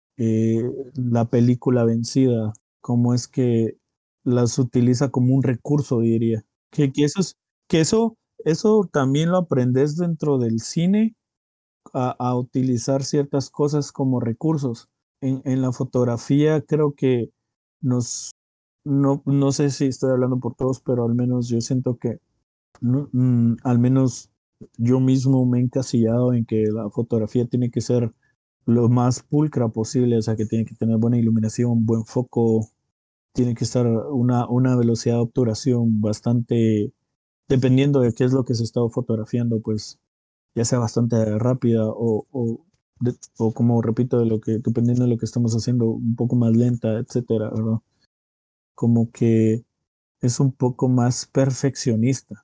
eh, la película vencida, cómo es que las utiliza como un recurso, diría. Que, que eso es, que eso, eso también lo aprendes dentro del cine a, a utilizar ciertas cosas como recursos. En, en la fotografía creo que nos, no, no sé si estoy hablando por todos, pero al menos yo siento que no, mm, al menos yo mismo me he encasillado en que la fotografía tiene que ser lo más pulcra posible, o sea, que tiene que tener buena iluminación, buen foco, tiene que estar una, una velocidad de obturación bastante, dependiendo de qué es lo que se está fotografiando, pues ya sea bastante rápida o, o, de- o como repito, de lo que, dependiendo de lo que estamos haciendo, un poco más lenta, etcétera, ¿verdad? Como que es un poco más perfeccionista,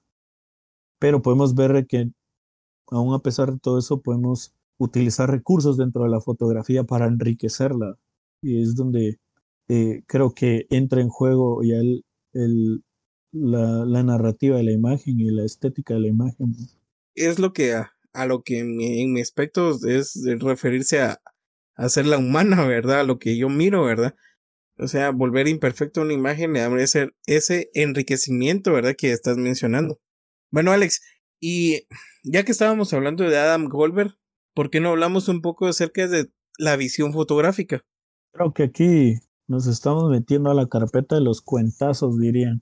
pero podemos ver que aún a pesar de todo eso, podemos utilizar recursos dentro de la fotografía para enriquecerla. Y es donde eh, creo que entra en juego ya el, el, la, la narrativa de la imagen y la estética de la imagen. Es lo que a, a lo que en mi, en mi aspecto es de referirse a, a hacerla humana, ¿verdad? A lo que yo miro, ¿verdad? O sea, volver imperfecto una imagen le da ese, ese enriquecimiento, ¿verdad? Que estás mencionando. Bueno, Alex, y ya que estábamos hablando de Adam Goldberg, ¿por qué no hablamos un poco acerca de la visión fotográfica? Creo que aquí nos estamos metiendo a la carpeta de los cuentazos, dirían.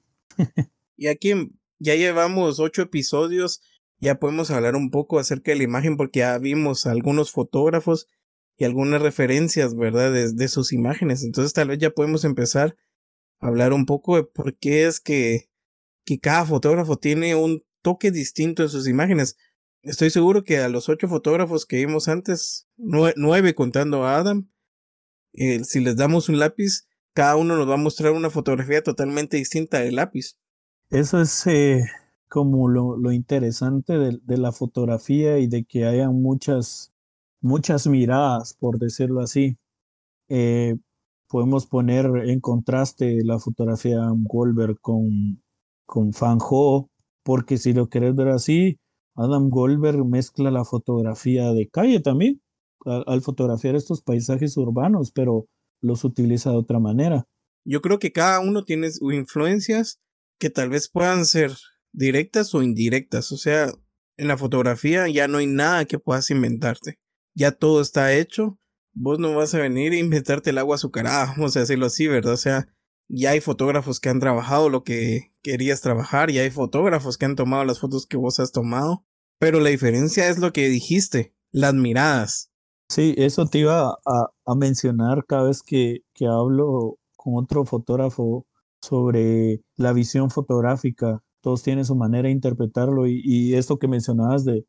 Y aquí ya llevamos ocho episodios, ya podemos hablar un poco acerca de la imagen porque ya vimos algunos fotógrafos y algunas referencias, ¿verdad? De, de sus imágenes. Entonces tal vez ya podemos empezar a hablar un poco de por qué es que, que cada fotógrafo tiene un toque distinto en sus imágenes. Estoy seguro que a los ocho fotógrafos que vimos antes, nue- nueve contando a Adam, eh, si les damos un lápiz, cada uno nos va a mostrar una fotografía totalmente distinta del lápiz. Eso es eh, como lo, lo interesante de, de la fotografía y de que haya muchas, muchas miradas, por decirlo así. Eh, Podemos poner en contraste la fotografía de Adam Goldberg con, con Van Gogh, porque si lo querés ver así, Adam Goldberg mezcla la fotografía de calle también, al, al fotografiar estos paisajes urbanos, pero los utiliza de otra manera. Yo creo que cada uno tiene sus influencias que tal vez puedan ser directas o indirectas. O sea, en la fotografía ya no hay nada que puedas inventarte. Ya todo está hecho. Vos no vas a venir a inventarte el agua azucarada, vamos a decirlo así, ¿verdad? O sea, ya hay fotógrafos que han trabajado lo que querías trabajar, ya hay fotógrafos que han tomado las fotos que vos has tomado. Pero la diferencia es lo que dijiste, las miradas. Sí, eso te iba a, a mencionar cada vez que, que hablo con otro fotógrafo sobre la visión fotográfica. Todos tienen su manera de interpretarlo y, y esto que mencionabas de,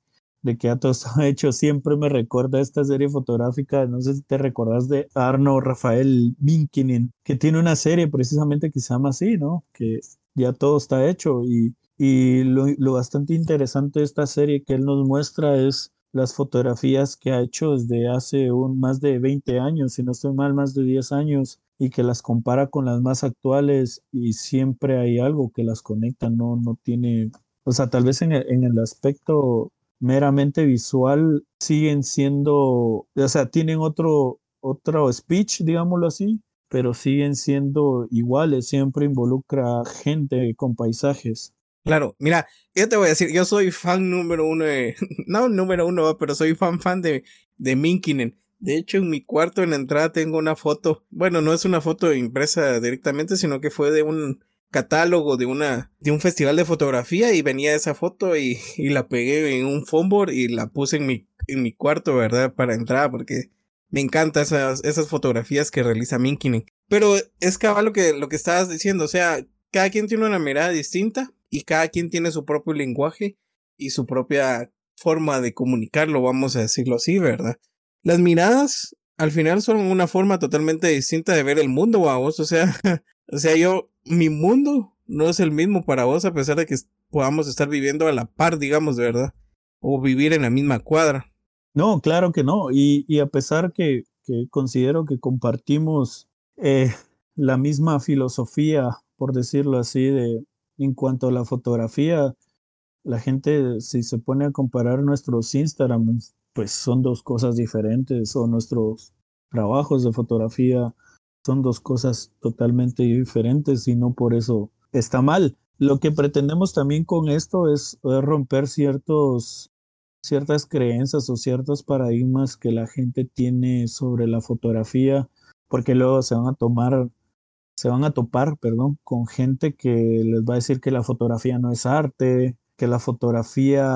de que ya todo está hecho, siempre me recuerda a esta serie fotográfica, no sé si te recordás de Arno Rafael Minkinen, que tiene una serie precisamente que se llama así, ¿no? Que ya todo está hecho y, y lo, lo bastante interesante de esta serie que él nos muestra es las fotografías que ha hecho desde hace un, más de veinte años, si no estoy mal, más de diez años, y que las compara con las más actuales y siempre hay algo que las conecta, no, no tiene, o sea, tal vez en el, en el aspecto meramente visual siguen siendo, o sea, tienen otro, otro speech, digámoslo así, pero siguen siendo iguales, siempre involucra gente con paisajes. Claro, mira, yo te voy a decir, yo soy fan número uno de, no número uno, pero soy fan fan de, de Minkinen. De hecho, en mi cuarto en la entrada tengo una foto, bueno, no es una foto impresa directamente, sino que fue de un catálogo de una, de un festival de fotografía y venía esa foto y, y la pegué en un foldboard y la puse en mi, en mi cuarto, ¿verdad? Para entrar, porque me encantan esas, esas fotografías que realiza Minkinen. Pero es cabal lo que, lo que estabas diciendo, o sea, cada quien tiene una mirada distinta y cada quien tiene su propio lenguaje y su propia forma de comunicarlo, vamos a decirlo así, ¿verdad? Las miradas al final son una forma totalmente distinta de ver el mundo, a vos, o sea, o sea, yo, mi mundo no es el mismo para vos a pesar de que podamos estar viviendo a la par, digamos, ¿verdad? O vivir en la misma cuadra. No, claro que no. Y, y a pesar que, que considero que compartimos eh, la misma filosofía, por decirlo así, de en cuanto a la fotografía, la gente, si se pone a comparar nuestros Instagrams, pues son dos cosas diferentes, o nuestros trabajos de fotografía son dos cosas totalmente diferentes y no por eso está mal. Lo que pretendemos también con esto es poder romper ciertos ciertas creencias o ciertos paradigmas que la gente tiene sobre la fotografía, porque luego se van a tomar, se van a topar, perdón, con gente que les va a decir que la fotografía no es arte, que la fotografía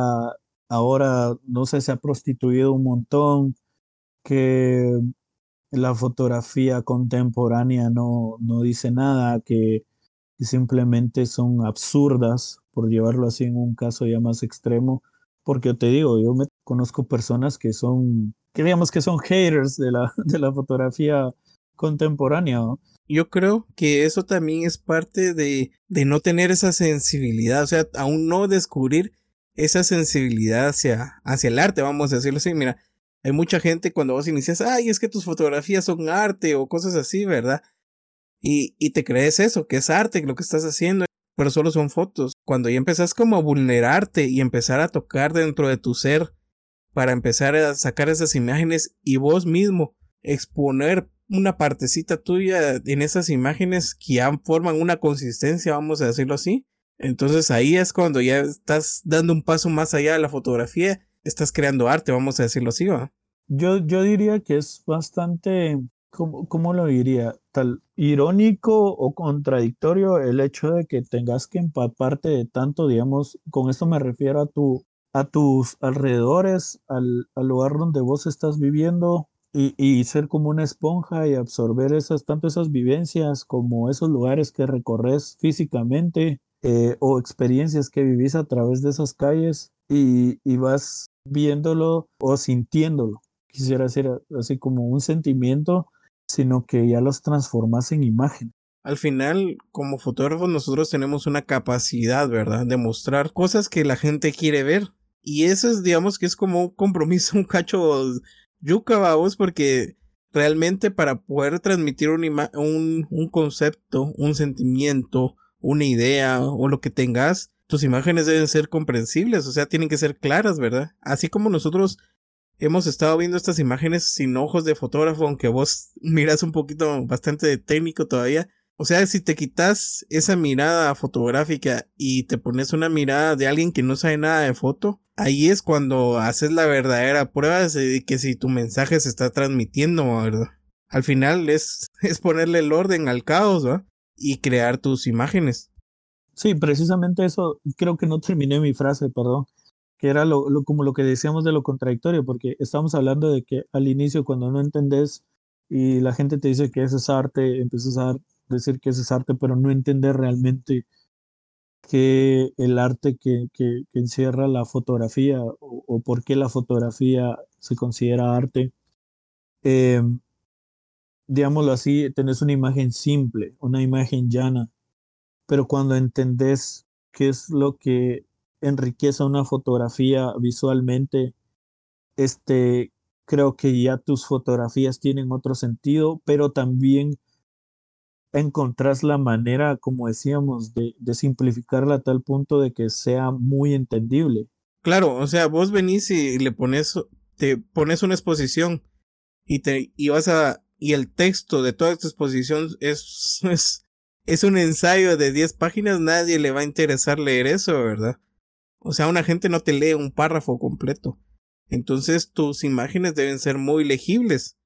ahora, no sé, se ha prostituido un montón, que la fotografía contemporánea no, no dice nada, que, que simplemente son absurdas, por llevarlo así en un caso ya más extremo, porque yo te digo, yo me conozco personas que son, que digamos que son haters de la, de la fotografía contemporánea, ¿no? Yo creo que eso también es parte de, de no tener esa sensibilidad, o sea, aún no descubrir esa sensibilidad hacia, hacia el arte, vamos a decirlo así. Mira, hay mucha gente cuando vos inicias, ay, es que tus fotografías son arte o cosas así, ¿verdad? Y, y te crees eso, que es arte lo que estás haciendo, pero solo son fotos. Cuando ya empezás como a vulnerarte y empezar a tocar dentro de tu ser para empezar a sacar esas imágenes y vos mismo exponer una partecita tuya en esas imágenes que ya forman una consistencia, vamos a decirlo así. Entonces ahí es cuando ya estás dando un paso más allá de la fotografía, estás creando arte, vamos a decirlo así, ¿va? Yo, yo diría que es bastante, ¿cómo, cómo lo diría? Tal irónico o contradictorio el hecho de que tengas que empaparte de tanto, digamos, con esto me refiero a tu, a tus alrededores, al, al lugar donde vos estás viviendo y, y ser como una esponja y absorber esas, tanto esas vivencias como esos lugares que recorres físicamente eh, o experiencias que vivís a través de esas calles y, y vas viéndolo o sintiéndolo, quisiera decir así como un sentimiento, sino que ya los transformas en imagen. Al final, como fotógrafos, nosotros tenemos una capacidad, ¿verdad? De mostrar cosas que la gente quiere ver. Y eso es, digamos, que es como un compromiso, un cacho yuca, vamos, porque realmente para poder transmitir un, ima- un, un concepto, un sentimiento, una idea o lo que tengas, tus imágenes deben ser comprensibles, o sea, tienen que ser claras, ¿verdad? Así como nosotros hemos estado viendo estas imágenes sin ojos de fotógrafo, aunque vos miras un poquito bastante técnico todavía. O sea, si te quitas esa mirada fotográfica y te pones una mirada de alguien que no sabe nada de foto, ahí es cuando haces la verdadera prueba de que si tu mensaje se está transmitiendo, ¿verdad? Al final es, es ponerle el orden al caos, ¿verdad? Y crear tus imágenes. Sí, precisamente eso, creo que no terminé mi frase, perdón, que era lo, lo- como lo que decíamos de lo contradictorio, porque estamos hablando de que al inicio cuando no entendés y la gente te dice que eso es arte, empiezas a decir que eso es arte, pero no entender realmente que el arte que, que, que encierra la fotografía o, o por qué la fotografía se considera arte. Eh, digámoslo así, tenés una imagen simple, una imagen llana, pero cuando entendés qué es lo que enriquece una fotografía visualmente, este, creo que ya tus fotografías tienen otro sentido, pero también encontrás la manera, como decíamos, de, de simplificarla a tal punto de que sea muy entendible. Claro, o sea, vos venís y le pones, te pones una exposición y te, y vas a, y el texto de toda esta exposición es, es, es un ensayo de diez páginas, nadie le va a interesar leer eso, ¿verdad? O sea, una gente no te lee un párrafo completo. Entonces tus imágenes deben ser muy legibles.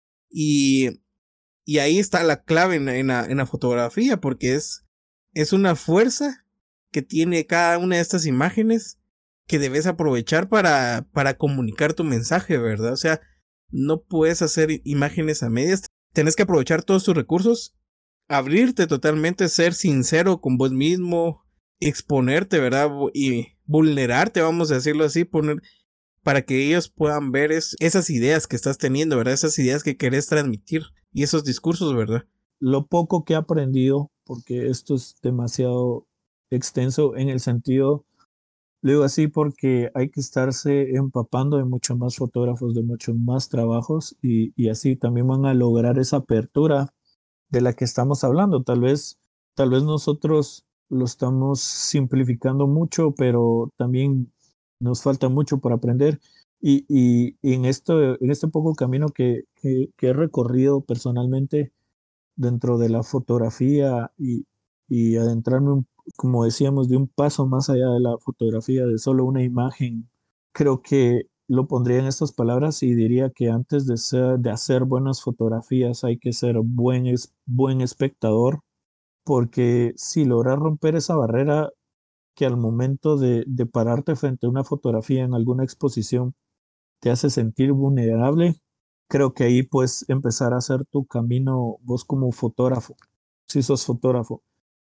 Y, y ahí está la clave en, en, la, en la fotografía, porque es, es una fuerza que tiene cada una de estas imágenes que debes aprovechar para, para comunicar tu mensaje, ¿verdad? O sea, no puedes hacer imágenes a medias. Tienes que aprovechar todos tus recursos, abrirte totalmente, ser sincero con vos mismo, exponerte, ¿verdad? Y vulnerarte, vamos a decirlo así, poner para que ellos puedan ver es, esas ideas que estás teniendo, ¿verdad? Esas ideas que querés transmitir y esos discursos, ¿verdad? Lo poco que he aprendido, porque esto es demasiado extenso en el sentido, lo digo así porque hay que estarse empapando de muchos más fotógrafos, de muchos más trabajos y, y así también van a lograr esa apertura de la que estamos hablando. Tal vez, tal vez nosotros lo estamos simplificando mucho, pero también nos falta mucho por aprender. Y, y, y en, esto, en este poco camino que, que, que he recorrido personalmente dentro de la fotografía y, y adentrarme, un, como decíamos, de un paso más allá de la fotografía, de solo una imagen, creo que lo pondría en estas palabras y diría que antes de, ser, de hacer buenas fotografías hay que ser buen, es, buen espectador, porque si logras romper esa barrera que al momento de, de pararte frente a una fotografía en alguna exposición te hace sentir vulnerable, creo que ahí puedes empezar a hacer tu camino vos como fotógrafo, si sos fotógrafo,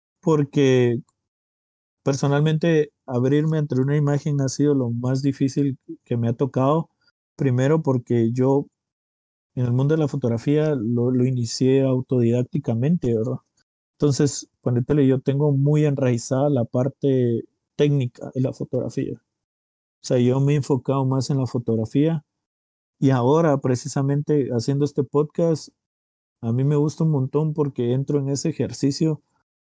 porque personalmente abrirme entre una imagen ha sido lo más difícil que me ha tocado, primero porque yo en el mundo de la fotografía lo, lo inicié autodidácticamente, ¿verdad? Entonces, ponértele, yo tengo muy enraizada la parte técnica de la fotografía. O sea, yo me he enfocado más en la fotografía y ahora precisamente haciendo este podcast, a mí me gusta un montón porque entro en ese ejercicio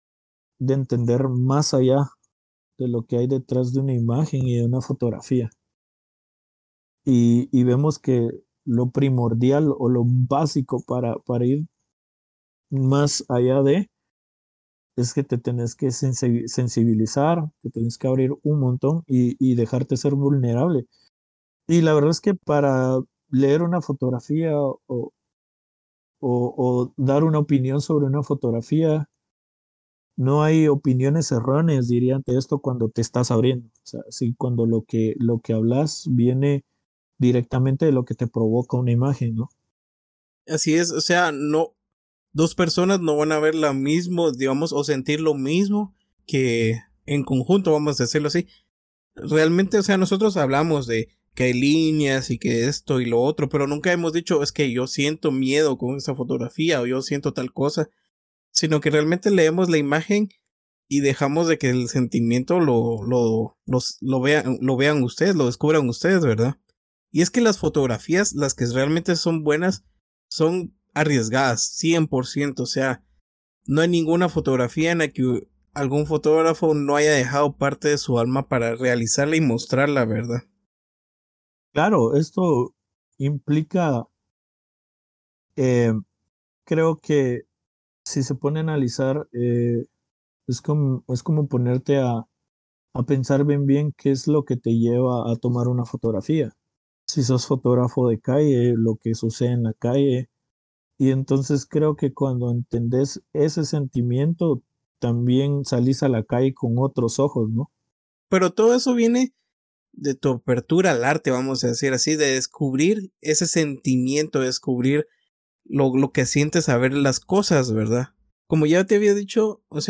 de entender más allá de lo que hay detrás de una imagen y de una fotografía. Y, y vemos que lo primordial o lo básico para, para ir más allá de es que te tenés que sensibilizar, te tenés que abrir un montón y, y dejarte ser vulnerable. Y la verdad es que para leer una fotografía o, o, o dar una opinión sobre una fotografía, no hay opiniones erróneas, diría ante esto, cuando te estás abriendo. O sea, sí, cuando lo que, lo que hablas viene directamente de lo que te provoca una imagen, ¿no? Así es, o sea, no, dos personas no van a ver lo mismo, digamos, o sentir lo mismo que en conjunto, vamos a decirlo así. Realmente, o sea, nosotros hablamos de que hay líneas y que esto y lo otro, pero nunca hemos dicho es que yo siento miedo con esa fotografía o yo siento tal cosa, sino que realmente leemos la imagen y dejamos de que el sentimiento lo, lo, los, lo, vean, lo vean ustedes, lo descubran ustedes, ¿verdad? Y es que las fotografías, las que realmente son buenas, son arriesgadas, cien por ciento, o sea, no hay ninguna fotografía en la que algún fotógrafo no haya dejado parte de su alma para realizarla y mostrarla, ¿verdad? Claro, esto implica, eh, creo que si se pone a analizar, eh, es como, es como ponerte a, a pensar bien bien qué es lo que te lleva a tomar una fotografía. Si sos fotógrafo de calle, lo que sucede en la calle. Y entonces creo que cuando entendés ese sentimiento, también salís a la calle con otros ojos, ¿no? Pero todo eso viene de tu apertura al arte, vamos a decir así, de descubrir ese sentimiento, descubrir lo, lo que sientes a ver las cosas, ¿verdad? Como ya te había dicho, o sea,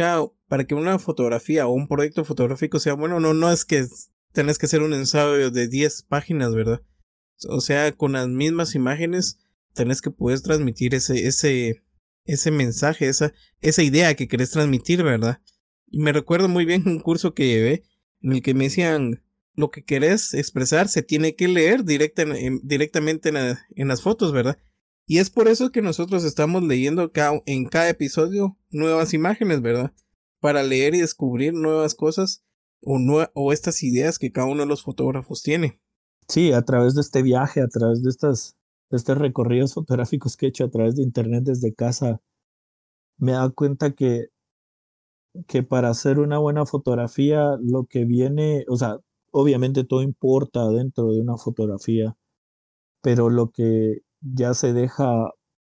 para que una fotografía o un proyecto fotográfico sea bueno, no, no es que tenés que hacer un ensayo de diez páginas, ¿verdad? O sea, con las mismas imágenes tenés que poder transmitir ese, ese, ese mensaje, esa, esa idea que querés transmitir, ¿verdad? Y me recuerdo muy bien un curso que llevé en el que me decían, lo que querés expresar se tiene que leer directa, en, directamente en, la, en las fotos, ¿verdad? Y es por eso que nosotros estamos leyendo cada, en cada episodio nuevas imágenes, ¿verdad? Para leer y descubrir nuevas cosas o, nue o estas ideas que cada uno de los fotógrafos tiene. Sí, a través de este viaje, a través de estas, de estos recorridos fotográficos que he hecho a través de internet desde casa, me he dado cuenta que, que para hacer una buena fotografía, lo que viene, o sea, obviamente todo importa dentro de una fotografía, pero lo que ya se deja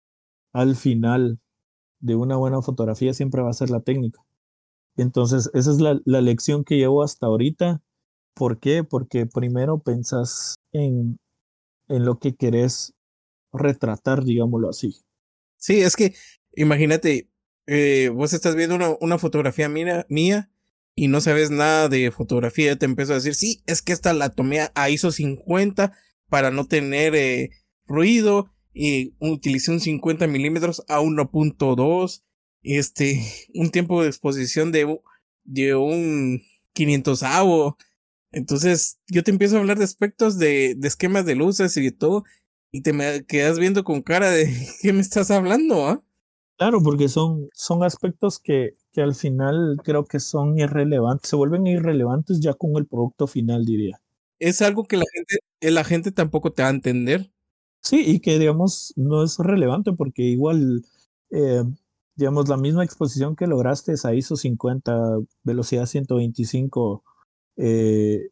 al final de una buena fotografía siempre va a ser la técnica. Entonces, esa es la, la lección que llevo hasta ahorita. ¿Por qué? Porque primero pensás en, en lo que querés retratar, digámoslo así. Sí, es que imagínate, eh, vos estás viendo una, una fotografía mía, mía y no sabes nada de fotografía, te empiezo a decir, sí, es que esta la tomé a ISO cincuenta para no tener eh, ruido y utilicé un cincuenta milímetros a uno punto dos, este, un tiempo de exposición de, de un quinientosavo. Entonces yo te empiezo a hablar de aspectos de, de esquemas de luces y de todo, y te me quedas viendo con cara de ¿qué me estás hablando, ah? Claro, porque son, son aspectos que, que al final creo que son irrelevantes, se vuelven irrelevantes ya con el producto final, diría. Es algo que la gente, eh, la gente tampoco te va a entender. Sí, y que digamos no es relevante porque igual, eh, digamos, la misma exposición que lograste es a ISO cincuenta, velocidad ciento veinticinco, eh,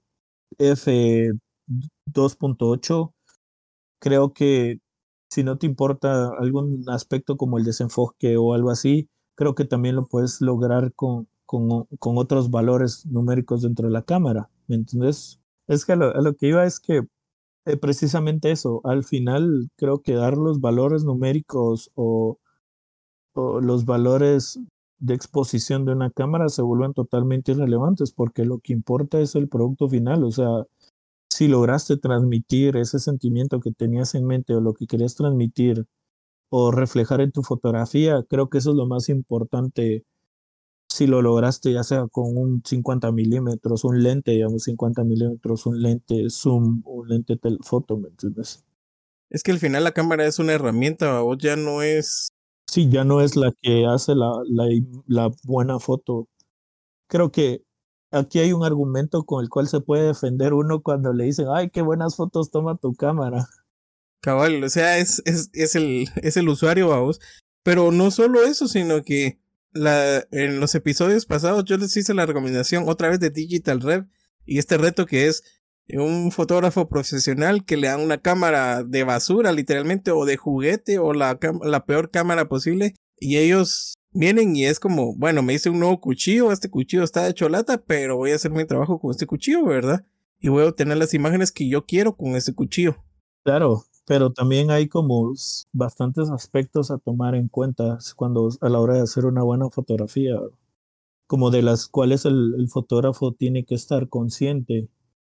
F dos punto ocho. Creo que si no te importa algún aspecto como el desenfoque o algo así, creo que también lo puedes lograr con, con, con otros valores numéricos dentro de la cámara. ¿Me entiendes? Es que a lo, a lo que iba es que eh, precisamente eso, al final creo que dar los valores numéricos o, o los valores de exposición de una cámara se vuelven totalmente irrelevantes porque lo que importa es el producto final, o sea, si lograste transmitir ese sentimiento que tenías en mente o lo que querías transmitir o reflejar en tu fotografía, creo que eso es lo más importante. Si lo lograste, ya sea con un cincuenta milímetros, un lente, digamos, cincuenta milímetros, un lente zoom, un lente telefoto, ¿me entiendes? Es que al final la cámara es una herramienta, o ya no es. Sí, ya no es la que hace la, la, la buena foto. Creo que aquí hay un argumento con el cual se puede defender uno cuando le dicen, ay, qué buenas fotos toma tu cámara. Cabal, o sea, es, es, es el, es el usuario, vamos. Pero no solo eso, sino que la, en los episodios pasados yo les hice la recomendación otra vez de Digital Rev y este reto que es un fotógrafo profesional que le da una cámara de basura, literalmente, o de juguete, o la, la peor cámara posible, y ellos vienen y es como, bueno, me hice un nuevo cuchillo, este cuchillo está de cholata, pero voy a hacer mi trabajo con este cuchillo, ¿verdad? Y voy a obtener las imágenes que yo quiero con ese cuchillo. Claro, pero también hay como s- bastantes aspectos a tomar en cuenta cuando a la hora de hacer una buena fotografía, como de las cuales el, el fotógrafo tiene que estar consciente,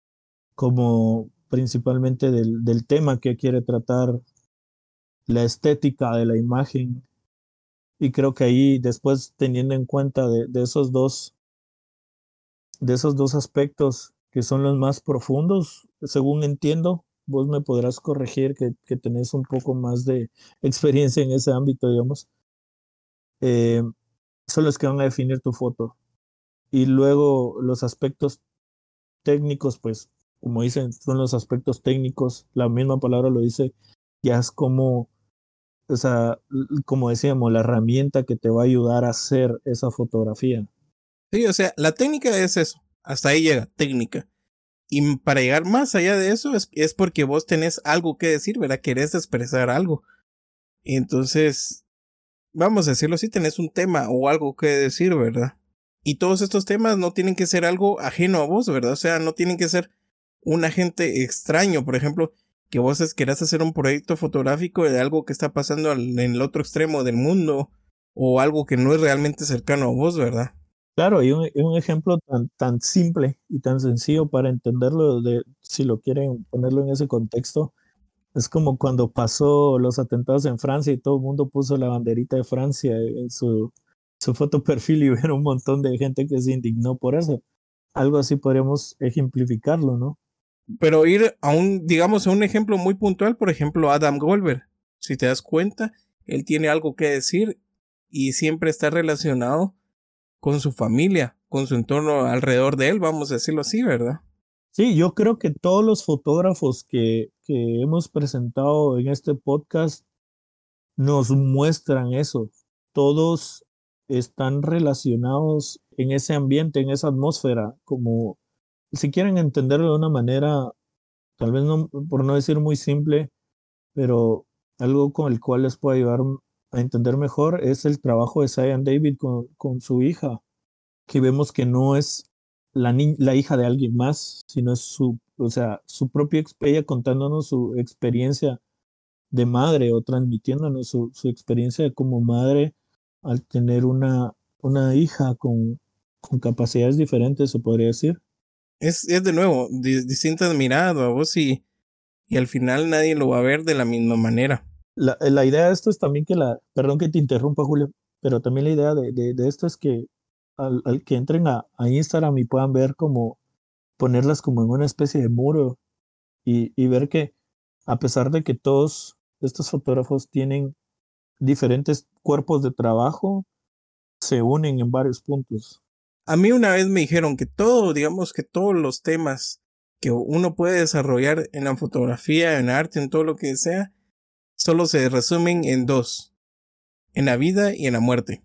como principalmente del, del tema que quiere tratar, la estética de la imagen, y creo que ahí después teniendo en cuenta de, de esos dos, de esos dos aspectos que son los más profundos, según entiendo, vos me podrás corregir que, que tenés un poco más de experiencia en ese ámbito, digamos, eh, son los que van a definir tu foto. Y luego los aspectos técnicos, pues, como dicen, son los aspectos técnicos, la misma palabra lo dice, ya es como, o sea, como decíamos, la herramienta que te va a ayudar a hacer esa fotografía. Sí, o sea, la técnica es eso. Hasta ahí llega, técnica. Y para llegar más allá de eso es, es porque vos tenés algo que decir, ¿verdad? Querés expresar algo. Entonces, vamos a decirlo así, tenés un tema o algo que decir, ¿verdad? Y todos estos temas no tienen que ser algo ajeno a vos, ¿verdad? O sea, no tienen que ser un agente extraño. Por ejemplo, que vos querás hacer un proyecto fotográfico de algo que está pasando al, en el otro extremo del mundo o algo que no es realmente cercano a vos, ¿verdad? Claro, y un, y un ejemplo tan, tan simple y tan sencillo para entenderlo, de, si lo quieren ponerlo en ese contexto, es como cuando pasó los atentados en Francia y todo el mundo puso la banderita de Francia en su, su foto perfil y vieron un montón de gente que se indignó por eso. Algo así podríamos ejemplificarlo, ¿no? Pero ir a un, digamos, a un ejemplo muy puntual, por ejemplo, Adam Goldberg. Si te das cuenta, él tiene algo que decir y siempre está relacionado con su familia, con su entorno alrededor de él, vamos a decirlo así, ¿verdad? Sí, yo creo que todos los fotógrafos que, que hemos presentado en este podcast nos muestran eso. Todos están relacionados en ese ambiente, en esa atmósfera, como si quieren entenderlo de una manera, tal vez no, por no decir muy simple, pero algo con el cual les puede ayudar a entender mejor es el trabajo de Zion David con, con su hija, que vemos que no es la, ni la hija de alguien más, sino es su, o sea, su propia, ella contándonos su experiencia de madre o transmitiéndonos su, su experiencia como madre al tener una, una hija con, con capacidades diferentes, se podría decir. Es, es de nuevo, di- distintas miradas, a vos y, y al final nadie lo va a ver de la misma manera. La, la idea de esto es también que la, perdón que te interrumpa, Julio, pero también la idea de, de, de esto es que al, al que entren a, a, Instagram y puedan ver como ponerlas como en una especie de muro y, y ver que a pesar de que todos estos fotógrafos tienen diferentes cuerpos de trabajo, se unen en varios puntos. A mí una vez me dijeron que todo, digamos que todos los temas que uno puede desarrollar en la fotografía, en arte, en todo lo que sea, solo se resumen en dos, en la vida y en la muerte.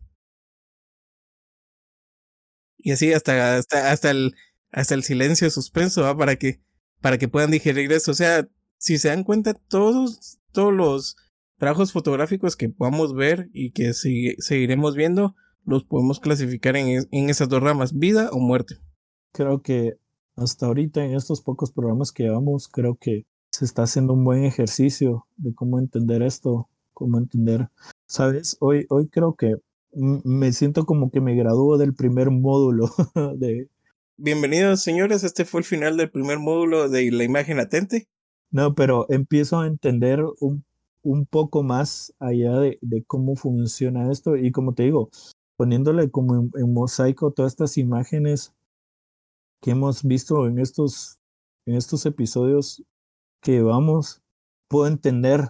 Y así hasta, hasta, hasta el, hasta el silencio suspenso, ¿va? Para que, para que puedan digerir eso. O sea, si se dan cuenta, todos, todos los trabajos fotográficos que podamos ver y que si, seguiremos viendo, los podemos clasificar en, en esas dos ramas, vida o muerte. Creo que hasta ahorita en estos pocos programas que llevamos, creo que se está haciendo un buen ejercicio de cómo entender esto, cómo entender, ¿sabes? Hoy, hoy creo que me siento como que me gradúo del primer módulo de... Bienvenidos, señores. Este fue el final del primer módulo de la imagen latente. No, pero empiezo a entender un, un poco más allá de, de cómo funciona esto y como te digo, poniéndole como en, en mosaico todas estas imágenes que hemos visto en estos, en estos episodios que vamos, puedo entender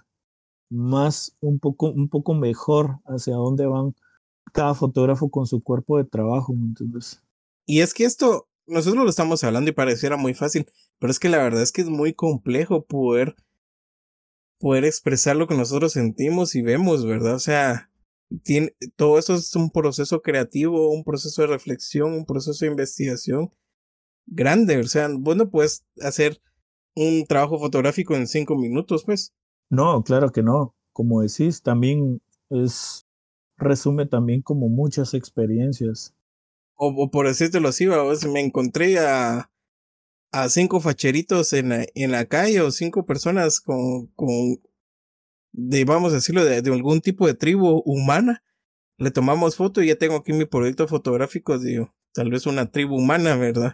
más, un poco, un poco mejor hacia dónde van cada fotógrafo con su cuerpo de trabajo, ¿me entiendes? Y es que esto, nosotros lo estamos hablando y pareciera muy fácil, pero es que la verdad es que es muy complejo poder, poder expresar lo que nosotros sentimos y vemos, ¿verdad? O sea, tiene, todo eso es un proceso creativo, un proceso de reflexión, un proceso de investigación grande. O sea, vos no puedes hacer un trabajo fotográfico en cinco minutos, pues. No, claro que no. Como decís, también es, resume también como muchas experiencias. O, o por decírtelo así, vamos, me encontré a, a cinco facheritos en la, en la calle o cinco personas con, con de, vamos a decirlo, de, de algún tipo de tribu humana. Le tomamos foto y ya tengo aquí mi proyecto fotográfico de tal vez una tribu humana, ¿verdad?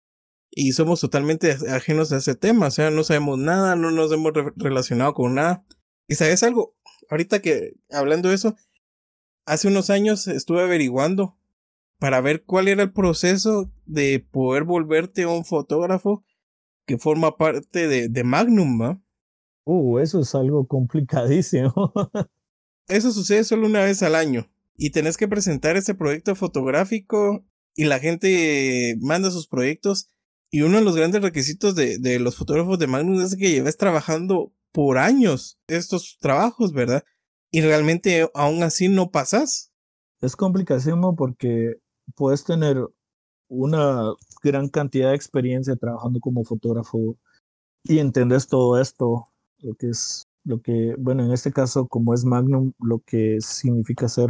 Y somos totalmente ajenos a ese tema, o sea, no sabemos nada, no nos hemos re relacionado con nada. ¿Y sabes algo? Ahorita que hablando de eso, hace unos años estuve averiguando para ver cuál era el proceso de poder volverte un fotógrafo que forma parte de, de Magnum, ¿va? Uh, eso es algo complicadísimo. Eso sucede solo una vez al año y tenés que presentar ese proyecto fotográfico y la gente manda sus proyectos y uno de los grandes requisitos de, de los fotógrafos de Magnum es que lleves trabajando por años estos trabajos, ¿verdad? Y realmente aún así no pasas. Es complicadísimo porque puedes tener una gran cantidad de experiencia trabajando como fotógrafo y entendés todo esto, lo que es, lo que, bueno, en este caso, como es Magnum, lo que significa hacer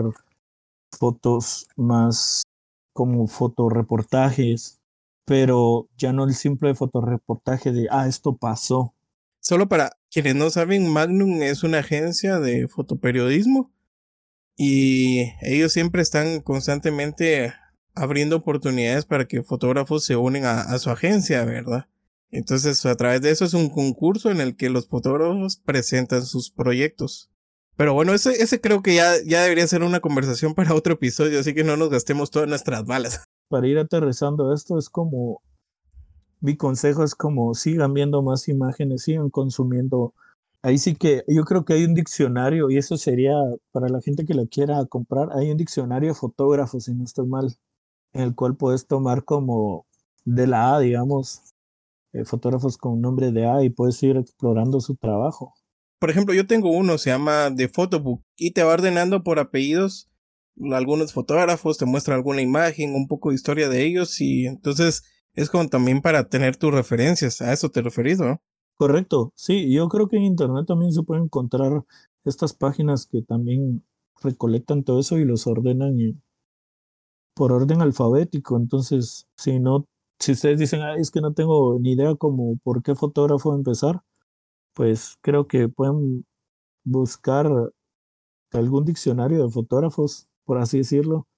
fotos más como fotoreportajes, pero ya no el simple fotoreportaje de, ah, esto pasó. Solo para quienes no saben, Magnum es una agencia de fotoperiodismo y ellos siempre están constantemente abriendo oportunidades para que fotógrafos se unen a, a su agencia, ¿verdad? Entonces, a través de eso es un concurso en el que los fotógrafos presentan sus proyectos. Pero bueno, ese, ese creo que ya, ya debería ser una conversación para otro episodio, así que no nos gastemos todas nuestras balas. Para ir aterrizando esto, es como, mi consejo es como sigan viendo más imágenes, sigan consumiendo. Ahí sí que yo creo que hay un diccionario, y eso sería para la gente que lo quiera comprar, hay un diccionario de fotógrafos, si no estoy mal, en el cual puedes tomar como de la A, digamos, eh, fotógrafos con nombre de A y puedes ir explorando su trabajo. Por ejemplo, yo tengo uno, se llama The Photobook, y te va ordenando por apellidos algunos fotógrafos, te muestra alguna imagen, un poco de historia de ellos, y entonces es como también para tener tus referencias. A eso te referís, ¿no? Correcto, sí, yo creo que en internet también se pueden encontrar estas páginas que también recolectan todo eso y los ordenan y- por orden alfabético. Entonces, si no, si ustedes dicen, "Ay, es que no tengo ni idea como por qué fotógrafo empezar", pues creo que pueden buscar algún diccionario de fotógrafos, por así decirlo,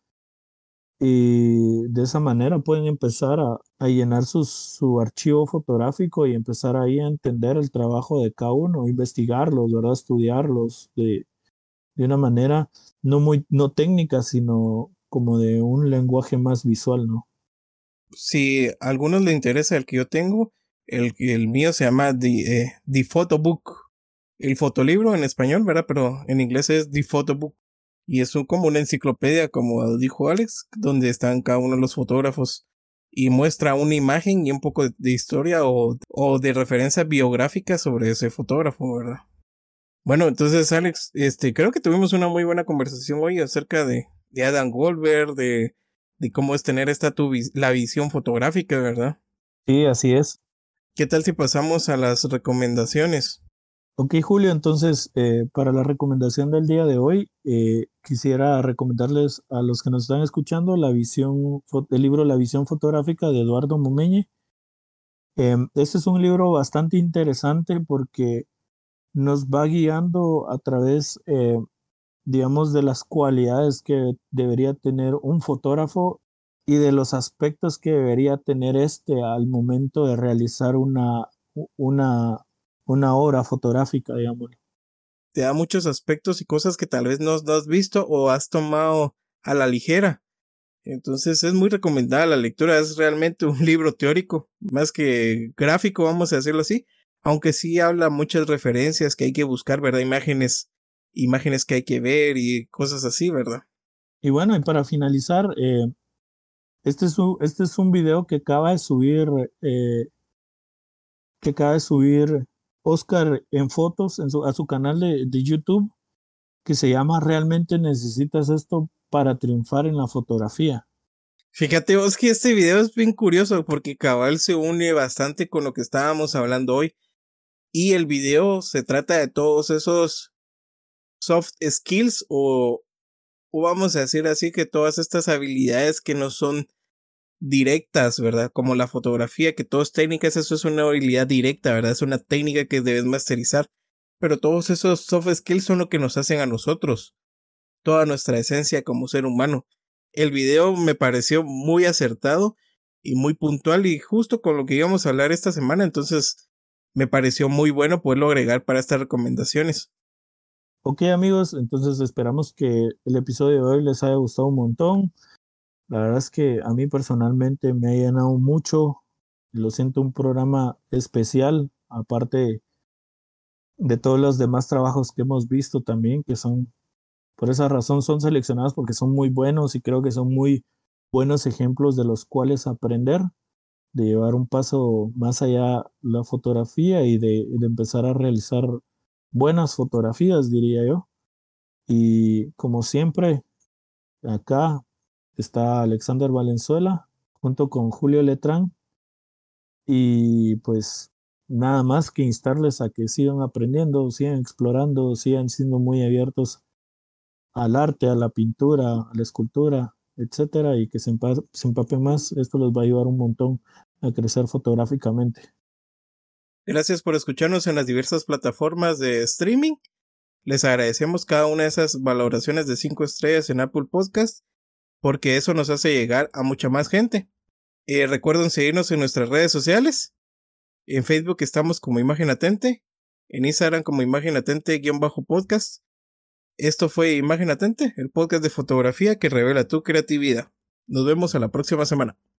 y de esa manera pueden empezar a, a llenar sus- su archivo fotográfico y empezar ahí a entender el trabajo de cada uno, investigarlos, ¿verdad? Estudiarlos de, de una manera no muy, no técnica, sino como de un lenguaje más visual, ¿no? Si a algunos les interesa el que yo tengo, el, el mío se llama The, eh, The Photobook, el fotolibro en español, ¿verdad? Pero en inglés es The Photobook. Y es un, como una enciclopedia, como dijo Alex, donde están cada uno de los fotógrafos y muestra una imagen y un poco de, de historia o, o de referencia biográfica sobre ese fotógrafo, ¿verdad? Bueno, entonces Alex, este, creo que tuvimos una muy buena conversación hoy acerca de, de Adam Goldberg, de, de cómo es tener esta tu, vis- la visión fotográfica, ¿verdad? Sí, así es. ¿Qué tal si pasamos a las recomendaciones? Ok, Julio, entonces eh, para la recomendación del día de hoy, eh, quisiera recomendarles a los que nos están escuchando la visión, fo- el libro La visión fotográfica de Eduardo Mumeñe. Em, este es un libro bastante interesante porque nos va guiando a través, eh, digamos, de las cualidades que debería tener un fotógrafo y de los aspectos que debería tener este al momento de realizar una, una, una obra fotográfica, digamos. Te da muchos aspectos y cosas que tal vez no no has visto o has tomado a la ligera. Entonces es muy recomendada la lectura, es realmente un libro teórico, más que gráfico, vamos a decirlo así, aunque sí habla muchas referencias que hay que buscar, ¿verdad? Imágenes, imágenes que hay que ver y cosas así, ¿verdad? Y bueno, y para finalizar, eh, este, es un, este es un video que acaba de subir, eh, que acaba de subir Oscar en fotos en su, a su canal de, de YouTube, que se llama ¿Realmente necesitas esto para triunfar en la fotografía? Fíjate vos que este video es bien curioso porque cabal se une bastante con lo que estábamos hablando hoy y el video se trata de todos esos soft skills o, o vamos a decir así que todas estas habilidades que no son directas, ¿verdad? Como la fotografía, que todo es técnicas, eso es una habilidad directa, ¿verdad? Es una técnica que debes masterizar, pero todos esos soft skills son lo que nos hacen a nosotros, toda nuestra esencia como ser humano. El video me pareció muy acertado y muy puntual y justo con lo que íbamos a hablar esta semana, entonces me pareció muy bueno poderlo agregar para estas recomendaciones. Ok amigos, entonces esperamos que el episodio de hoy les haya gustado un montón. La verdad es que a mí personalmente me ha llenado mucho. Lo siento, un programa especial, aparte de todos los demás trabajos que hemos visto también, que son, por esa razón, son seleccionados porque son muy buenos y creo que son muy buenos ejemplos de los cuales aprender, de llevar un paso más allá la fotografía y de, de empezar a realizar buenas fotografías, diría yo. Y como siempre, acá está Alexander Valenzuela junto con Julio Letrán y pues nada más que instarles a que sigan aprendiendo, sigan explorando, sigan siendo muy abiertos al arte, a la pintura, a la escultura, etcétera, y que se, empa- se empapen más. Esto les va a ayudar un montón a crecer fotográficamente. Gracias por escucharnos en las diversas plataformas de streaming. Les agradecemos cada una de esas valoraciones de cinco estrellas en Apple Podcast porque eso nos hace llegar a mucha más gente. Eh, recuerden seguirnos en nuestras redes sociales. En Facebook estamos como Imagen Latente, en Instagram como Imagen Latente-podcast. Esto fue Imagen Latente, el podcast de fotografía que revela tu creatividad. Nos vemos a la próxima semana.